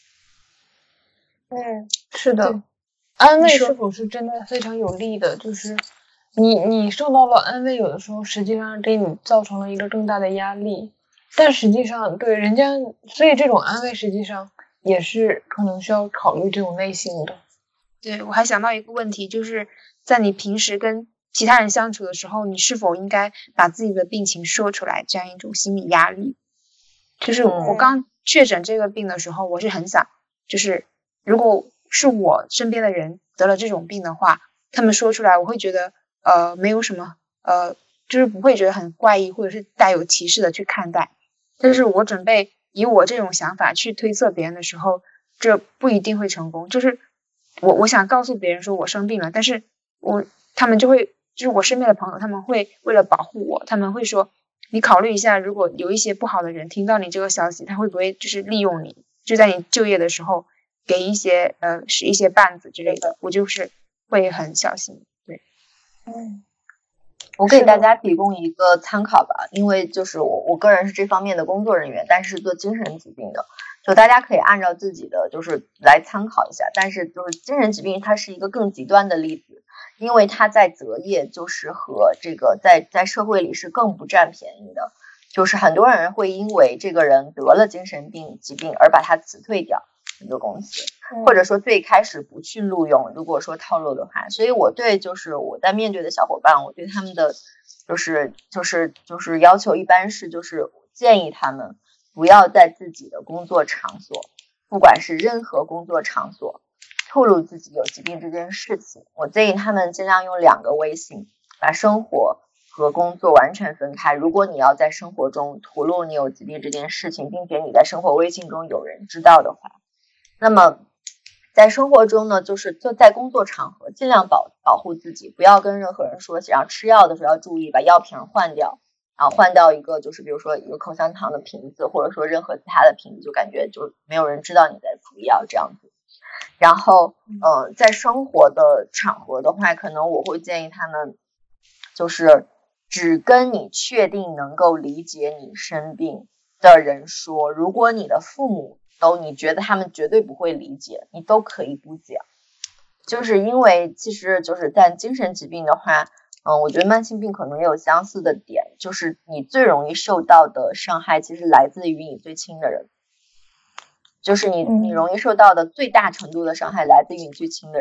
的。 是的。安慰是否是真的非常有利的？就是你受到了安慰，有的时候实际上给你造成了一个更大的压力，但实际上对人家，所以这种安慰实际上也是可能需要考虑这种类型的。 对，我还想到一个问题，就是在你平时跟其他人相处的时候，你是否应该把自己的病情说出来，这样一种心理压力。就是我刚确诊这个病的时候，我是很想，就是如果是我身边的人得了这种病的话，他们说出来，我会觉得没有什么就是不会觉得很怪异，或者是带有歧视的去看待。但是我准备以我这种想法去推测别人的时候，这不一定会成功。就是我想告诉别人说我生病了，但是他们就会，就是我身边的朋友，他们会为了保护我，他们会说你考虑一下，如果有一些不好的人听到你这个消息，他会不会就是利用你，就在你就业的时候给一些使一些绊子之类的。我就是会很小心。对， 我给大家提供一个参考吧，因为就是我个人是这方面的工作人员，但是做精神疾病的，就大家可以按照自己的就是来参考一下。但是就是精神疾病它是一个更极端的例子，因为它在择业就是和这个在社会里是更不占便宜的。就是很多人会因为这个人得了精神疾病而把他辞退掉一个公司，或者说最开始不去录用，如果说套路的话。所以我对就是我在面对的小伙伴，我对他们的就是要求一般是就是建议他们不要在自己的工作场所，不管是任何工作场所透露自己有疾病这件事情。我建议他们尽量用2个微信把生活和工作完全分开。如果你要在生活中吐露你有疾病这件事情，并且你在生活微信中有人知道的话，那么在生活中呢，就在工作场合尽量保护自己，不要跟任何人说起。然后吃药的时候要注意把药瓶换掉，然后换到一个就是比如说一个口香糖的瓶子，或者说任何其他的瓶子，就感觉就没有人知道你在服药这样子。然后在生活的场合的话，可能我会建议他们就是只跟你确定能够理解你生病的人说。如果你的父母你觉得他们绝对不会理解，你都可以不讲。就是因为其实就是在精神疾病的话，我觉得慢性病可能也有相似的点，就是你最容易受到的伤害其实来自于你最亲的人，就是你容易受到的最大程度的伤害来自于你最亲的人。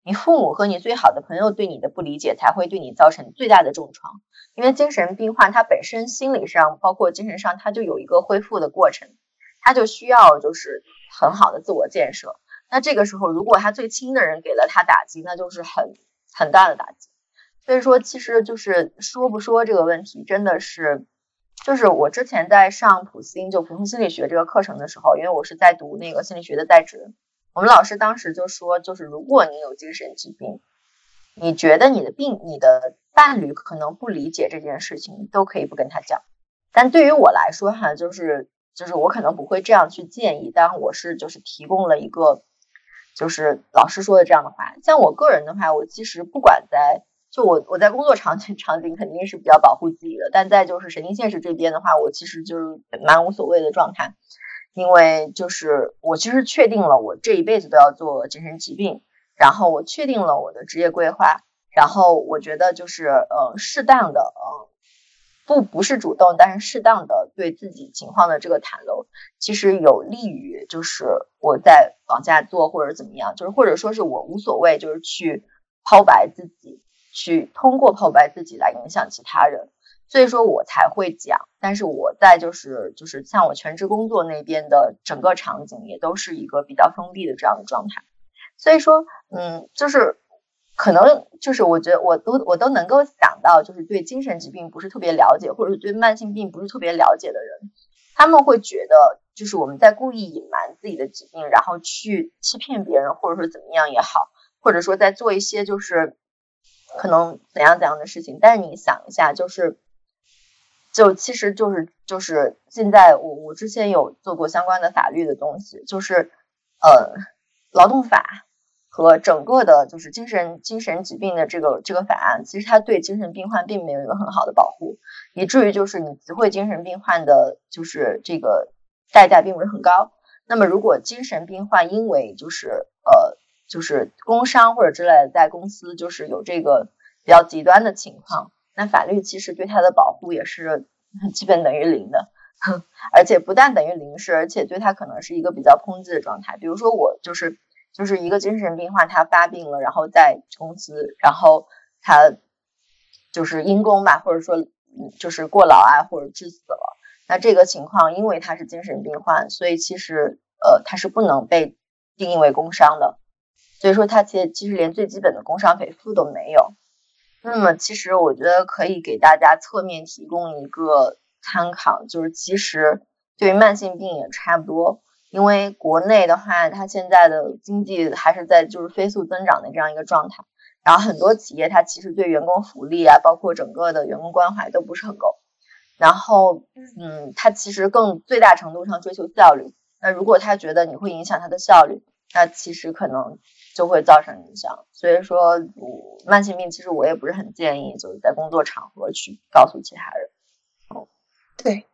你父母和你最好的朋友对你的不理解才会对你造成最大的重创。因为精神病患他本身心理上包括精神上他就有一个恢复的过程，他就需要就是很好的自我建设。那这个时候如果他最亲的人给了他打击，那就是很大的打击。所以说其实就是说不说这个问题真的是，就是我之前在上普心就普通心理学这个课程的时候，因为我是在读那个心理学的在职，我们老师当时就说，就是如果你有精神疾病，你觉得你的伴侣可能不理解这件事情，你都可以不跟他讲。但对于我来说哈，就是我可能不会这样去建议，但我是就是提供了一个就是老师说的这样的话。像我个人的话，我其实不管在就我在工作场景肯定是比较保护自己的，但在就是神经现实这边的话，我其实就是蛮无所谓的状态。因为就是我其实确定了我这一辈子都要做精神疾病，然后我确定了我的职业规划，然后我觉得就是适当的不是主动，但是适当的对自己情况的这个袒露，其实有利于就是我再往下做或者怎么样，就是或者说是我无所谓，就是去抛白自己，去通过抛白自己来影响其他人。所以说我才会讲，但是我在就是像我全职工作那边的整个场景也都是一个比较封闭的这样的状态。所以说就是可能就是我觉得我都能够想到，就是对精神疾病不是特别了解，或者是对慢性病不是特别了解的人，他们会觉得就是我们在故意隐瞒自己的疾病，然后去欺骗别人，或者说怎么样也好，或者说在做一些就是可能怎样的事情。但是你想一下，其实就是现在我之前有做过相关的法律的东西，就是劳动法和整个的就是精神疾病的这个法案，其实它对精神病患并没有一个很好的保护，以至于就是你辞退精神病患的就是这个代价并不是很高。那么如果精神病患因为就是工伤或者之类的在公司就是有这个比较极端的情况，那法律其实对他的保护也是基本等于零的，而且不但等于零是，而且对他可能是一个比较抨击的状态。比如说我就是一个精神病患，他发病了，然后在公司，然后他就是因公吧，或者说就是过劳啊，或者致死了。那这个情况，因为他是精神病患，所以其实他是不能被定义为工伤的，所以说他其实连最基本的工伤赔付都没有。那么其实我觉得可以给大家侧面提供一个参考，就是其实对于慢性病也差不多，因为国内的话它现在的经济还是在就是飞速增长的这样一个状态，然后很多企业它其实对员工福利啊，包括整个的员工关怀都不是很够，然后它其实更最大程度上追求效率。那如果他觉得你会影响他的效率，那其实可能就会造成影响。所以说慢性病其实我也不是很建议就是在工作场合去告诉其他人。 对，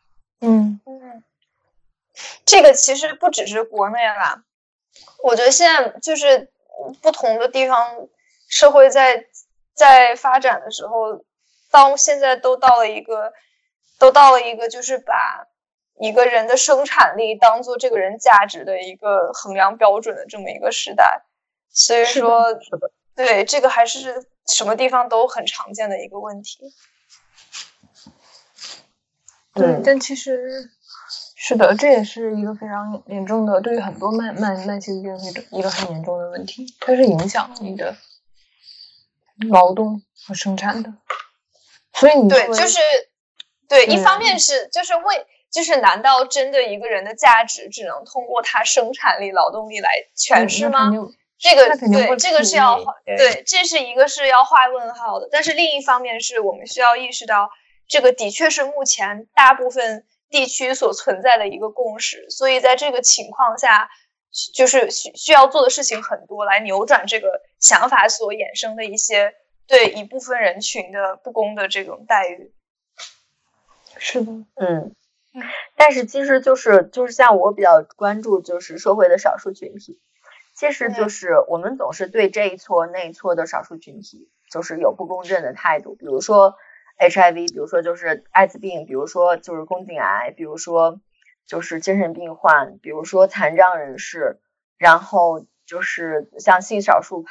这个其实不只是国内啦，我觉得现在就是不同的地方社会在发展的时候，到现在都到了一个就是把一个人的生产力当做这个人价值的一个衡量标准的这么一个时代。所以说对，这个还是什么地方都很常见的一个问题。 对，但其实是的，这也是一个非常严重的，对于很多慢性病一个很严重的问题，它是影响你的劳动和生产的。所以你对，就是对，一方面是就是难道真的一个人的价值只能通过他生产力、劳动力来诠释吗？这个对，这个是要对，这是一个是要画问号的。但是另一方面是我们需要意识到，这个的确是目前大部分地区所存在的一个共识。所以在这个情况下，就是需要做的事情很多，来扭转这个想法所衍生的一些对一部分人群的不公的这种待遇。 是的， 但是其实就是像我比较关注就是社会的少数群体，其实就是我们总是对这一撮那一撮的少数群体就是有不公正的态度，比如说 HIV， 比如说就是艾滋病，比如说就是宫颈癌，比如说就是精神病患，比如说残障人士，然后就是像性少数派，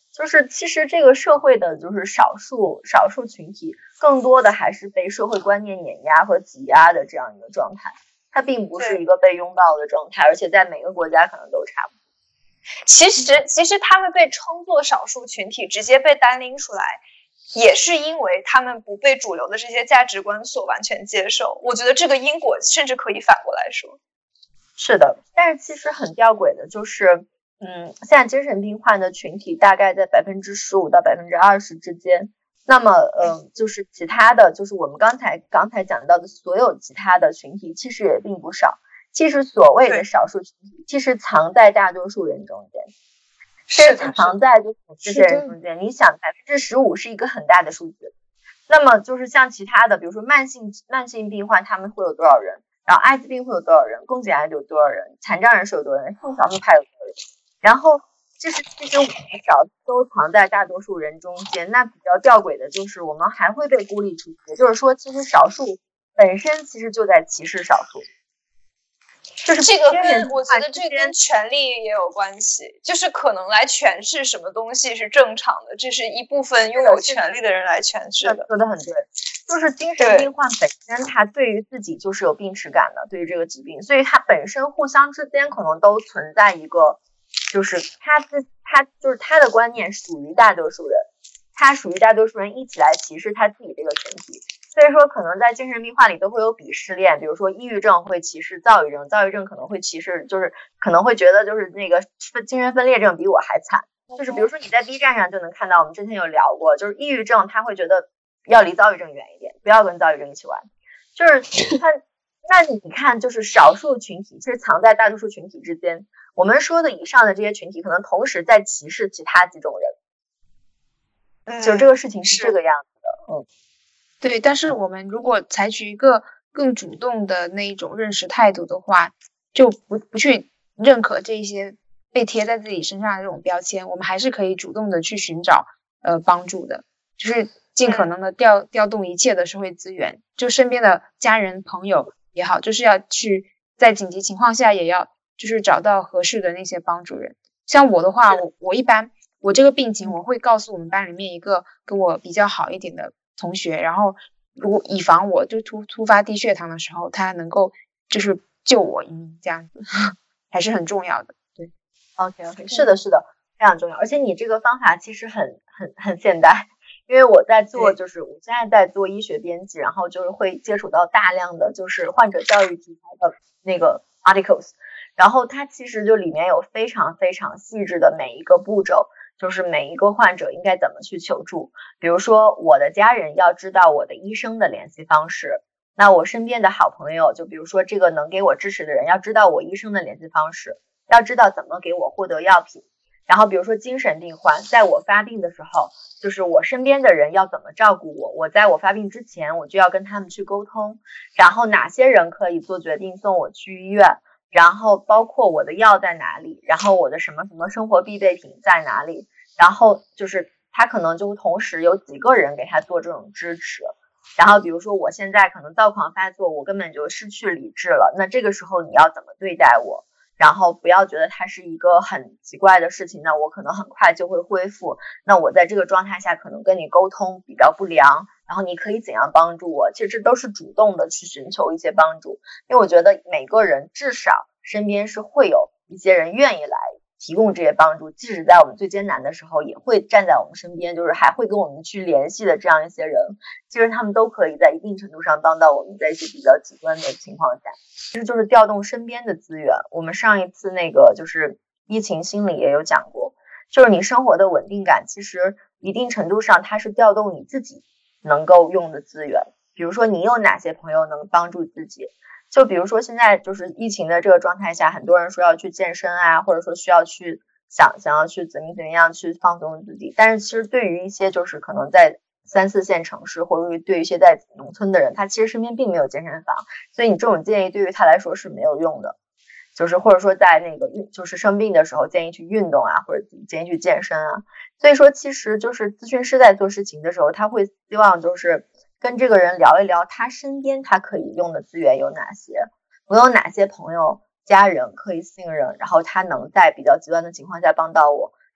就是其实这个社会的就是少数群体，更多的还是被社会观念碾压和挤压的这样一个状态，它并不是一个被拥抱的状态，而且在每个国家可能都差不多。 其实他们被称作少数群体，直接被单拎出来，也是因为他们不被主流的这些价值观所完全接受。我觉得这个因果甚至可以反过来说。 是的，但是其实很吊诡的就是，现在精神病患的群体大概在15%到20%之间。那么，就是其他的，就是我们刚才讲到的所有其他的群体，其实也并不少。其实所谓的少数群体，其实藏在大多数人中间，是藏在就是这些人中间。你想，15%是一个很大的数字。那么就是像其他的，比如说慢性病患，他们会有多少人？然后艾滋病会有多少人？宫颈癌有多少人？残障人士有多少人？性少数派有多少人？然后其实我们少都藏在大多数人中间。那比较吊诡的就是我们还会被孤立出去，也就是说，其实少数本身其实就在歧视少数。就是这个我觉得这跟权力也有关系，就是可能来诠释什么东西是正常的，这是一部分拥有权力的人来诠释的。 说得很对，就是精神病患本身他对于自己就是有病耻感的，对于这个疾病，所以他本身互相之间可能都存在一个，就是他就是他的观念属于大多数人，他属于大多数人一起来歧视他自己这个群体。所以说可能在精神病患里都会有鄙视链，比如说抑郁症会歧视躁郁症，躁郁症可能会歧视，就是可能会觉得就是那个精神分裂症比我还惨。就是比如说你在 B 站上就能看到，我们之前有聊过，就是抑郁症他会觉得要离躁郁症远一点，不要跟躁郁症一起玩。就是他那你看，就是少数群体其实藏在大多数群体之间，我们说的以上的这些群体可能同时在歧视其他几种人。就这个事情是这个样子的。 对，但是我们如果采取一个更主动的那一种认识态度的话，就不去认可这些被贴在自己身上的这种标签，我们还是可以主动的去寻找帮助的，就是尽可能的调动一切的社会资源，就身边的家人朋友也好，就是要去在紧急情况下也要就是找到合适的那些帮助人。像我的话，我一般我这个病情我会告诉我们班里面一个跟我比较好一点的同学，然后如果以防我就突发低血糖的时候，他能够就是救我一命，这样子还是很重要的。对 ，OK， 是的，非常重要。而且你这个方法其实很现代，因为我在做，就是我现在在做医学编辑，然后就是会接触到大量的就是患者教育题材的那个 articles， 然后它其实就里面有非常非常细致的每一个步骤。就是每一个患者应该怎么去求助，比如说我的家人要知道我的医生的联系方式，那我身边的好朋友，就比如说这个能给我支持的人要知道我医生的联系方式，要知道怎么给我获得药品。然后比如说精神病患，在我发病的时候，就是我身边的人要怎么照顾我，我在我发病之前我就要跟他们去沟通，然后哪些人可以做决定送我去医院，然后包括我的药在哪里，然后我的什么生活必备品在哪里，然后就是他可能就同时有几个人给他做这种支持。然后比如说我现在可能躁狂发作，我根本就失去理智了，那这个时候你要怎么对待我，然后不要觉得它是一个很奇怪的事情，那我可能很快就会恢复，那我在这个状态下可能跟你沟通比较不良，然后你可以怎样帮助我，其实这都是主动的去寻求一些帮助。因为我觉得每个人至少身边是会有一些人愿意来提供这些帮助，即使在我们最艰难的时候也会站在我们身边，就是还会跟我们去联系的这样一些人，其实他们都可以在一定程度上帮到我们在一些比较极端的情况下。其实就是调动身边的资源，我们上一次那个就是疫情心理也有讲过，就是你生活的稳定感其实一定程度上它是调动你自己能够用的资源，比如说你有哪些朋友能帮助自己，就比如说现在就是疫情的这个状态下，很多人说要去健身啊，或者说需要去想要去怎么样去放松自己，但是其实对于一些就是可能在3、4线城市，或者对于一些在农村的人，他其实身边并没有健身房，所以你这种建议对于他来说是没有用的，就是或者说在那个就是生病的时候建议去运动啊，或者建议去健身啊。所以说其实就是咨询师在做事情的时候，他会希望就是跟这个人聊一聊他身边他可以用的资源有哪些，我有哪些朋友家人可以信任，然后他能在比较极端的情况下帮到我，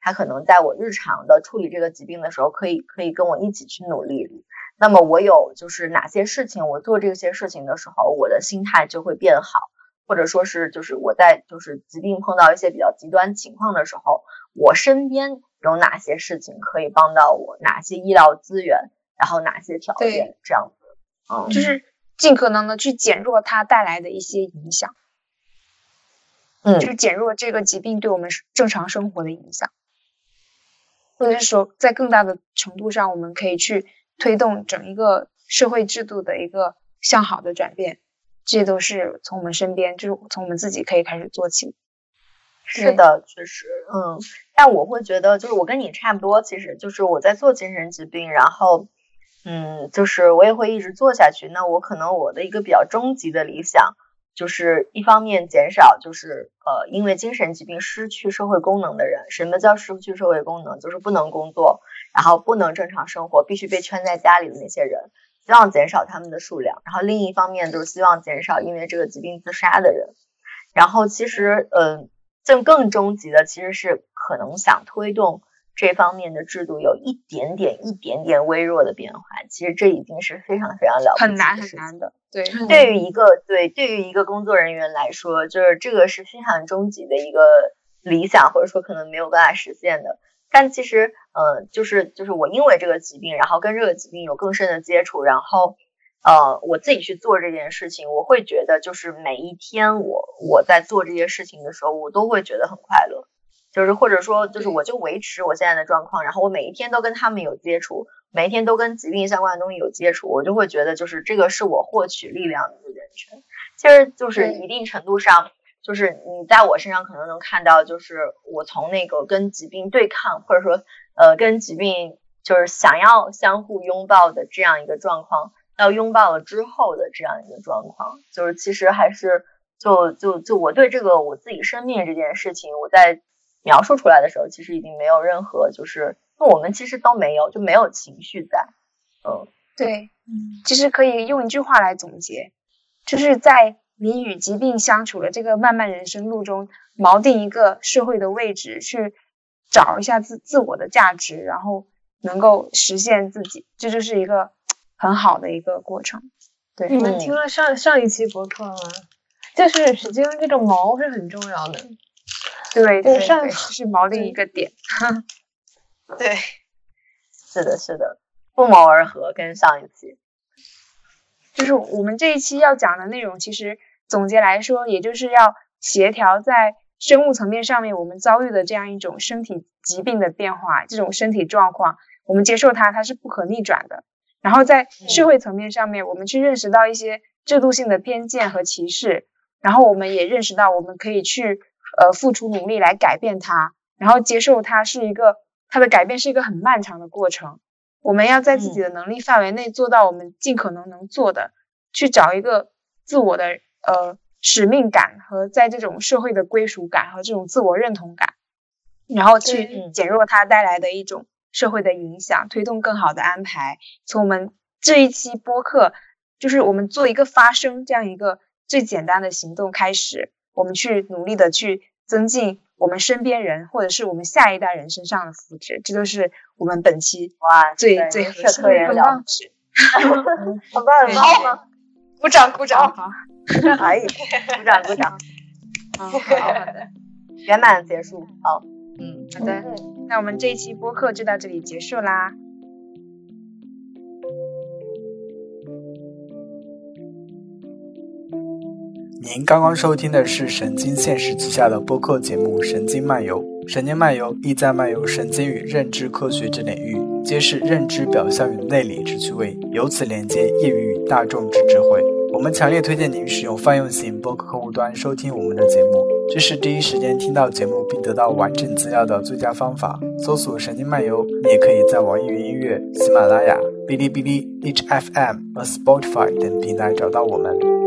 他可能在我日常的处理这个疾病的时候可以跟我一起去努力。那么我有就是哪些事情，我做这些事情的时候我的心态就会变好，或者说是就是我在就是疾病碰到一些比较极端情况的时候，我身边有哪些事情可以帮到我，哪些医疗资源，然后哪些条件，这样子就是尽可能的去减弱它带来的一些影响，就是减弱这个疾病对我们正常生活的影响，或者是说在更大的程度上我们可以去推动整一个社会制度的一个向好的转变，这些都是从我们身边，就是从我们自己可以开始做起。 是的，确实，但我会觉得就是我跟你差不多，其实就是我在做精神疾病，然后就是我也会一直做下去。那我可能我的一个比较终极的理想就是一方面减少就是因为精神疾病失去社会功能的人。什么叫失去社会功能？就是不能工作，然后不能正常生活，必须被圈在家里的那些人，希望减少他们的数量。然后另一方面就是希望减少因为这个疾病自杀的人。然后其实更终极的其实是可能想推动这方面的制度有一点点微弱的变化，其实这已经是非常非常了不起的事情， 很难的。对， 对于一个工作人员来说，就是这个是非常终极的一个理想，或者说可能没有办法实现的。但其实就是我因为这个疾病，然后跟这个疾病有更深的接触，然后我自己去做这件事情，我会觉得就是每一天我在做这些事情的时候，我都会觉得很快乐。就是或者说就是我就维持我现在的状况，然后我每一天都跟他们有接触，每一天都跟疾病相关的东西有接触，我就会觉得就是这个是我获取力量的一个源泉。其实就是一定程度上就是你在我身上可能能看到，就是我从那个跟疾病对抗，或者说跟疾病就是想要相互拥抱的这样一个状况，到拥抱了之后的这样一个状况，就是其实还是就我对这个我自己生命这件事情，我在描述出来的时候，其实已经没有任何就是我们其实都没有，就没有情绪在。 对，其实可以用一句话来总结，就是在你与疾病相处的这个漫漫人生路中，锚定一个社会的位置，去找一下自我的价值，然后能够实现自己，这就是一个很好的一个过程。对， 你们听了上一期博客吗？就是实际上这种锚是很重要的。 对，就是锚定一个点。 对，是的，不谋而合，跟上一期。 就是我们这一期要讲的内容，其实总结来说，也就是要协调在生物层面上面我们遭遇的这样一种身体疾病的变化，这种身体状况，我们接受它是不可逆转的。然后在社会层面上面，我们去认识到一些制度性的偏见和歧视，然后我们也认识到我们可以去付出努力来改变它，然后接受它的改变是一个很漫长的过程。我们要在自己的能力范围内做到我们尽可能能做的，去找一个自我的使命感和在这种社会的归属感和这种自我认同感，然后去减弱它带来的一种社会的影响，推动更好的安排。从我们这一期播客，就是我们做一个发声这样一个最简单的行动开始，我们去努力的去增进我们身边人或者是我们下一代人身上的福祉，这就是我们本期最核心的很棒，很棒吗？ 鼓掌！ 好，可以，鼓掌。 好的， 圆满结束。好， 好的，那我们这一期播客就到这里结束啦。 您刚刚收听的是神经现实旗下的播客节目《神经漫游》。神经漫游意在漫游神经与认知科学之领域，揭示认知表象与内里之趣味，由此连接业余与大众之智慧。我们强烈推荐您使用泛用型播客客户端收听我们的节目，这是第一时间听到节目并得到完整资料的最佳方法。搜索神经漫游，你也可以在网易云音乐、喜马拉雅、哔哩哔哩、荔枝 FM 和 Spotify 等平台找到我们。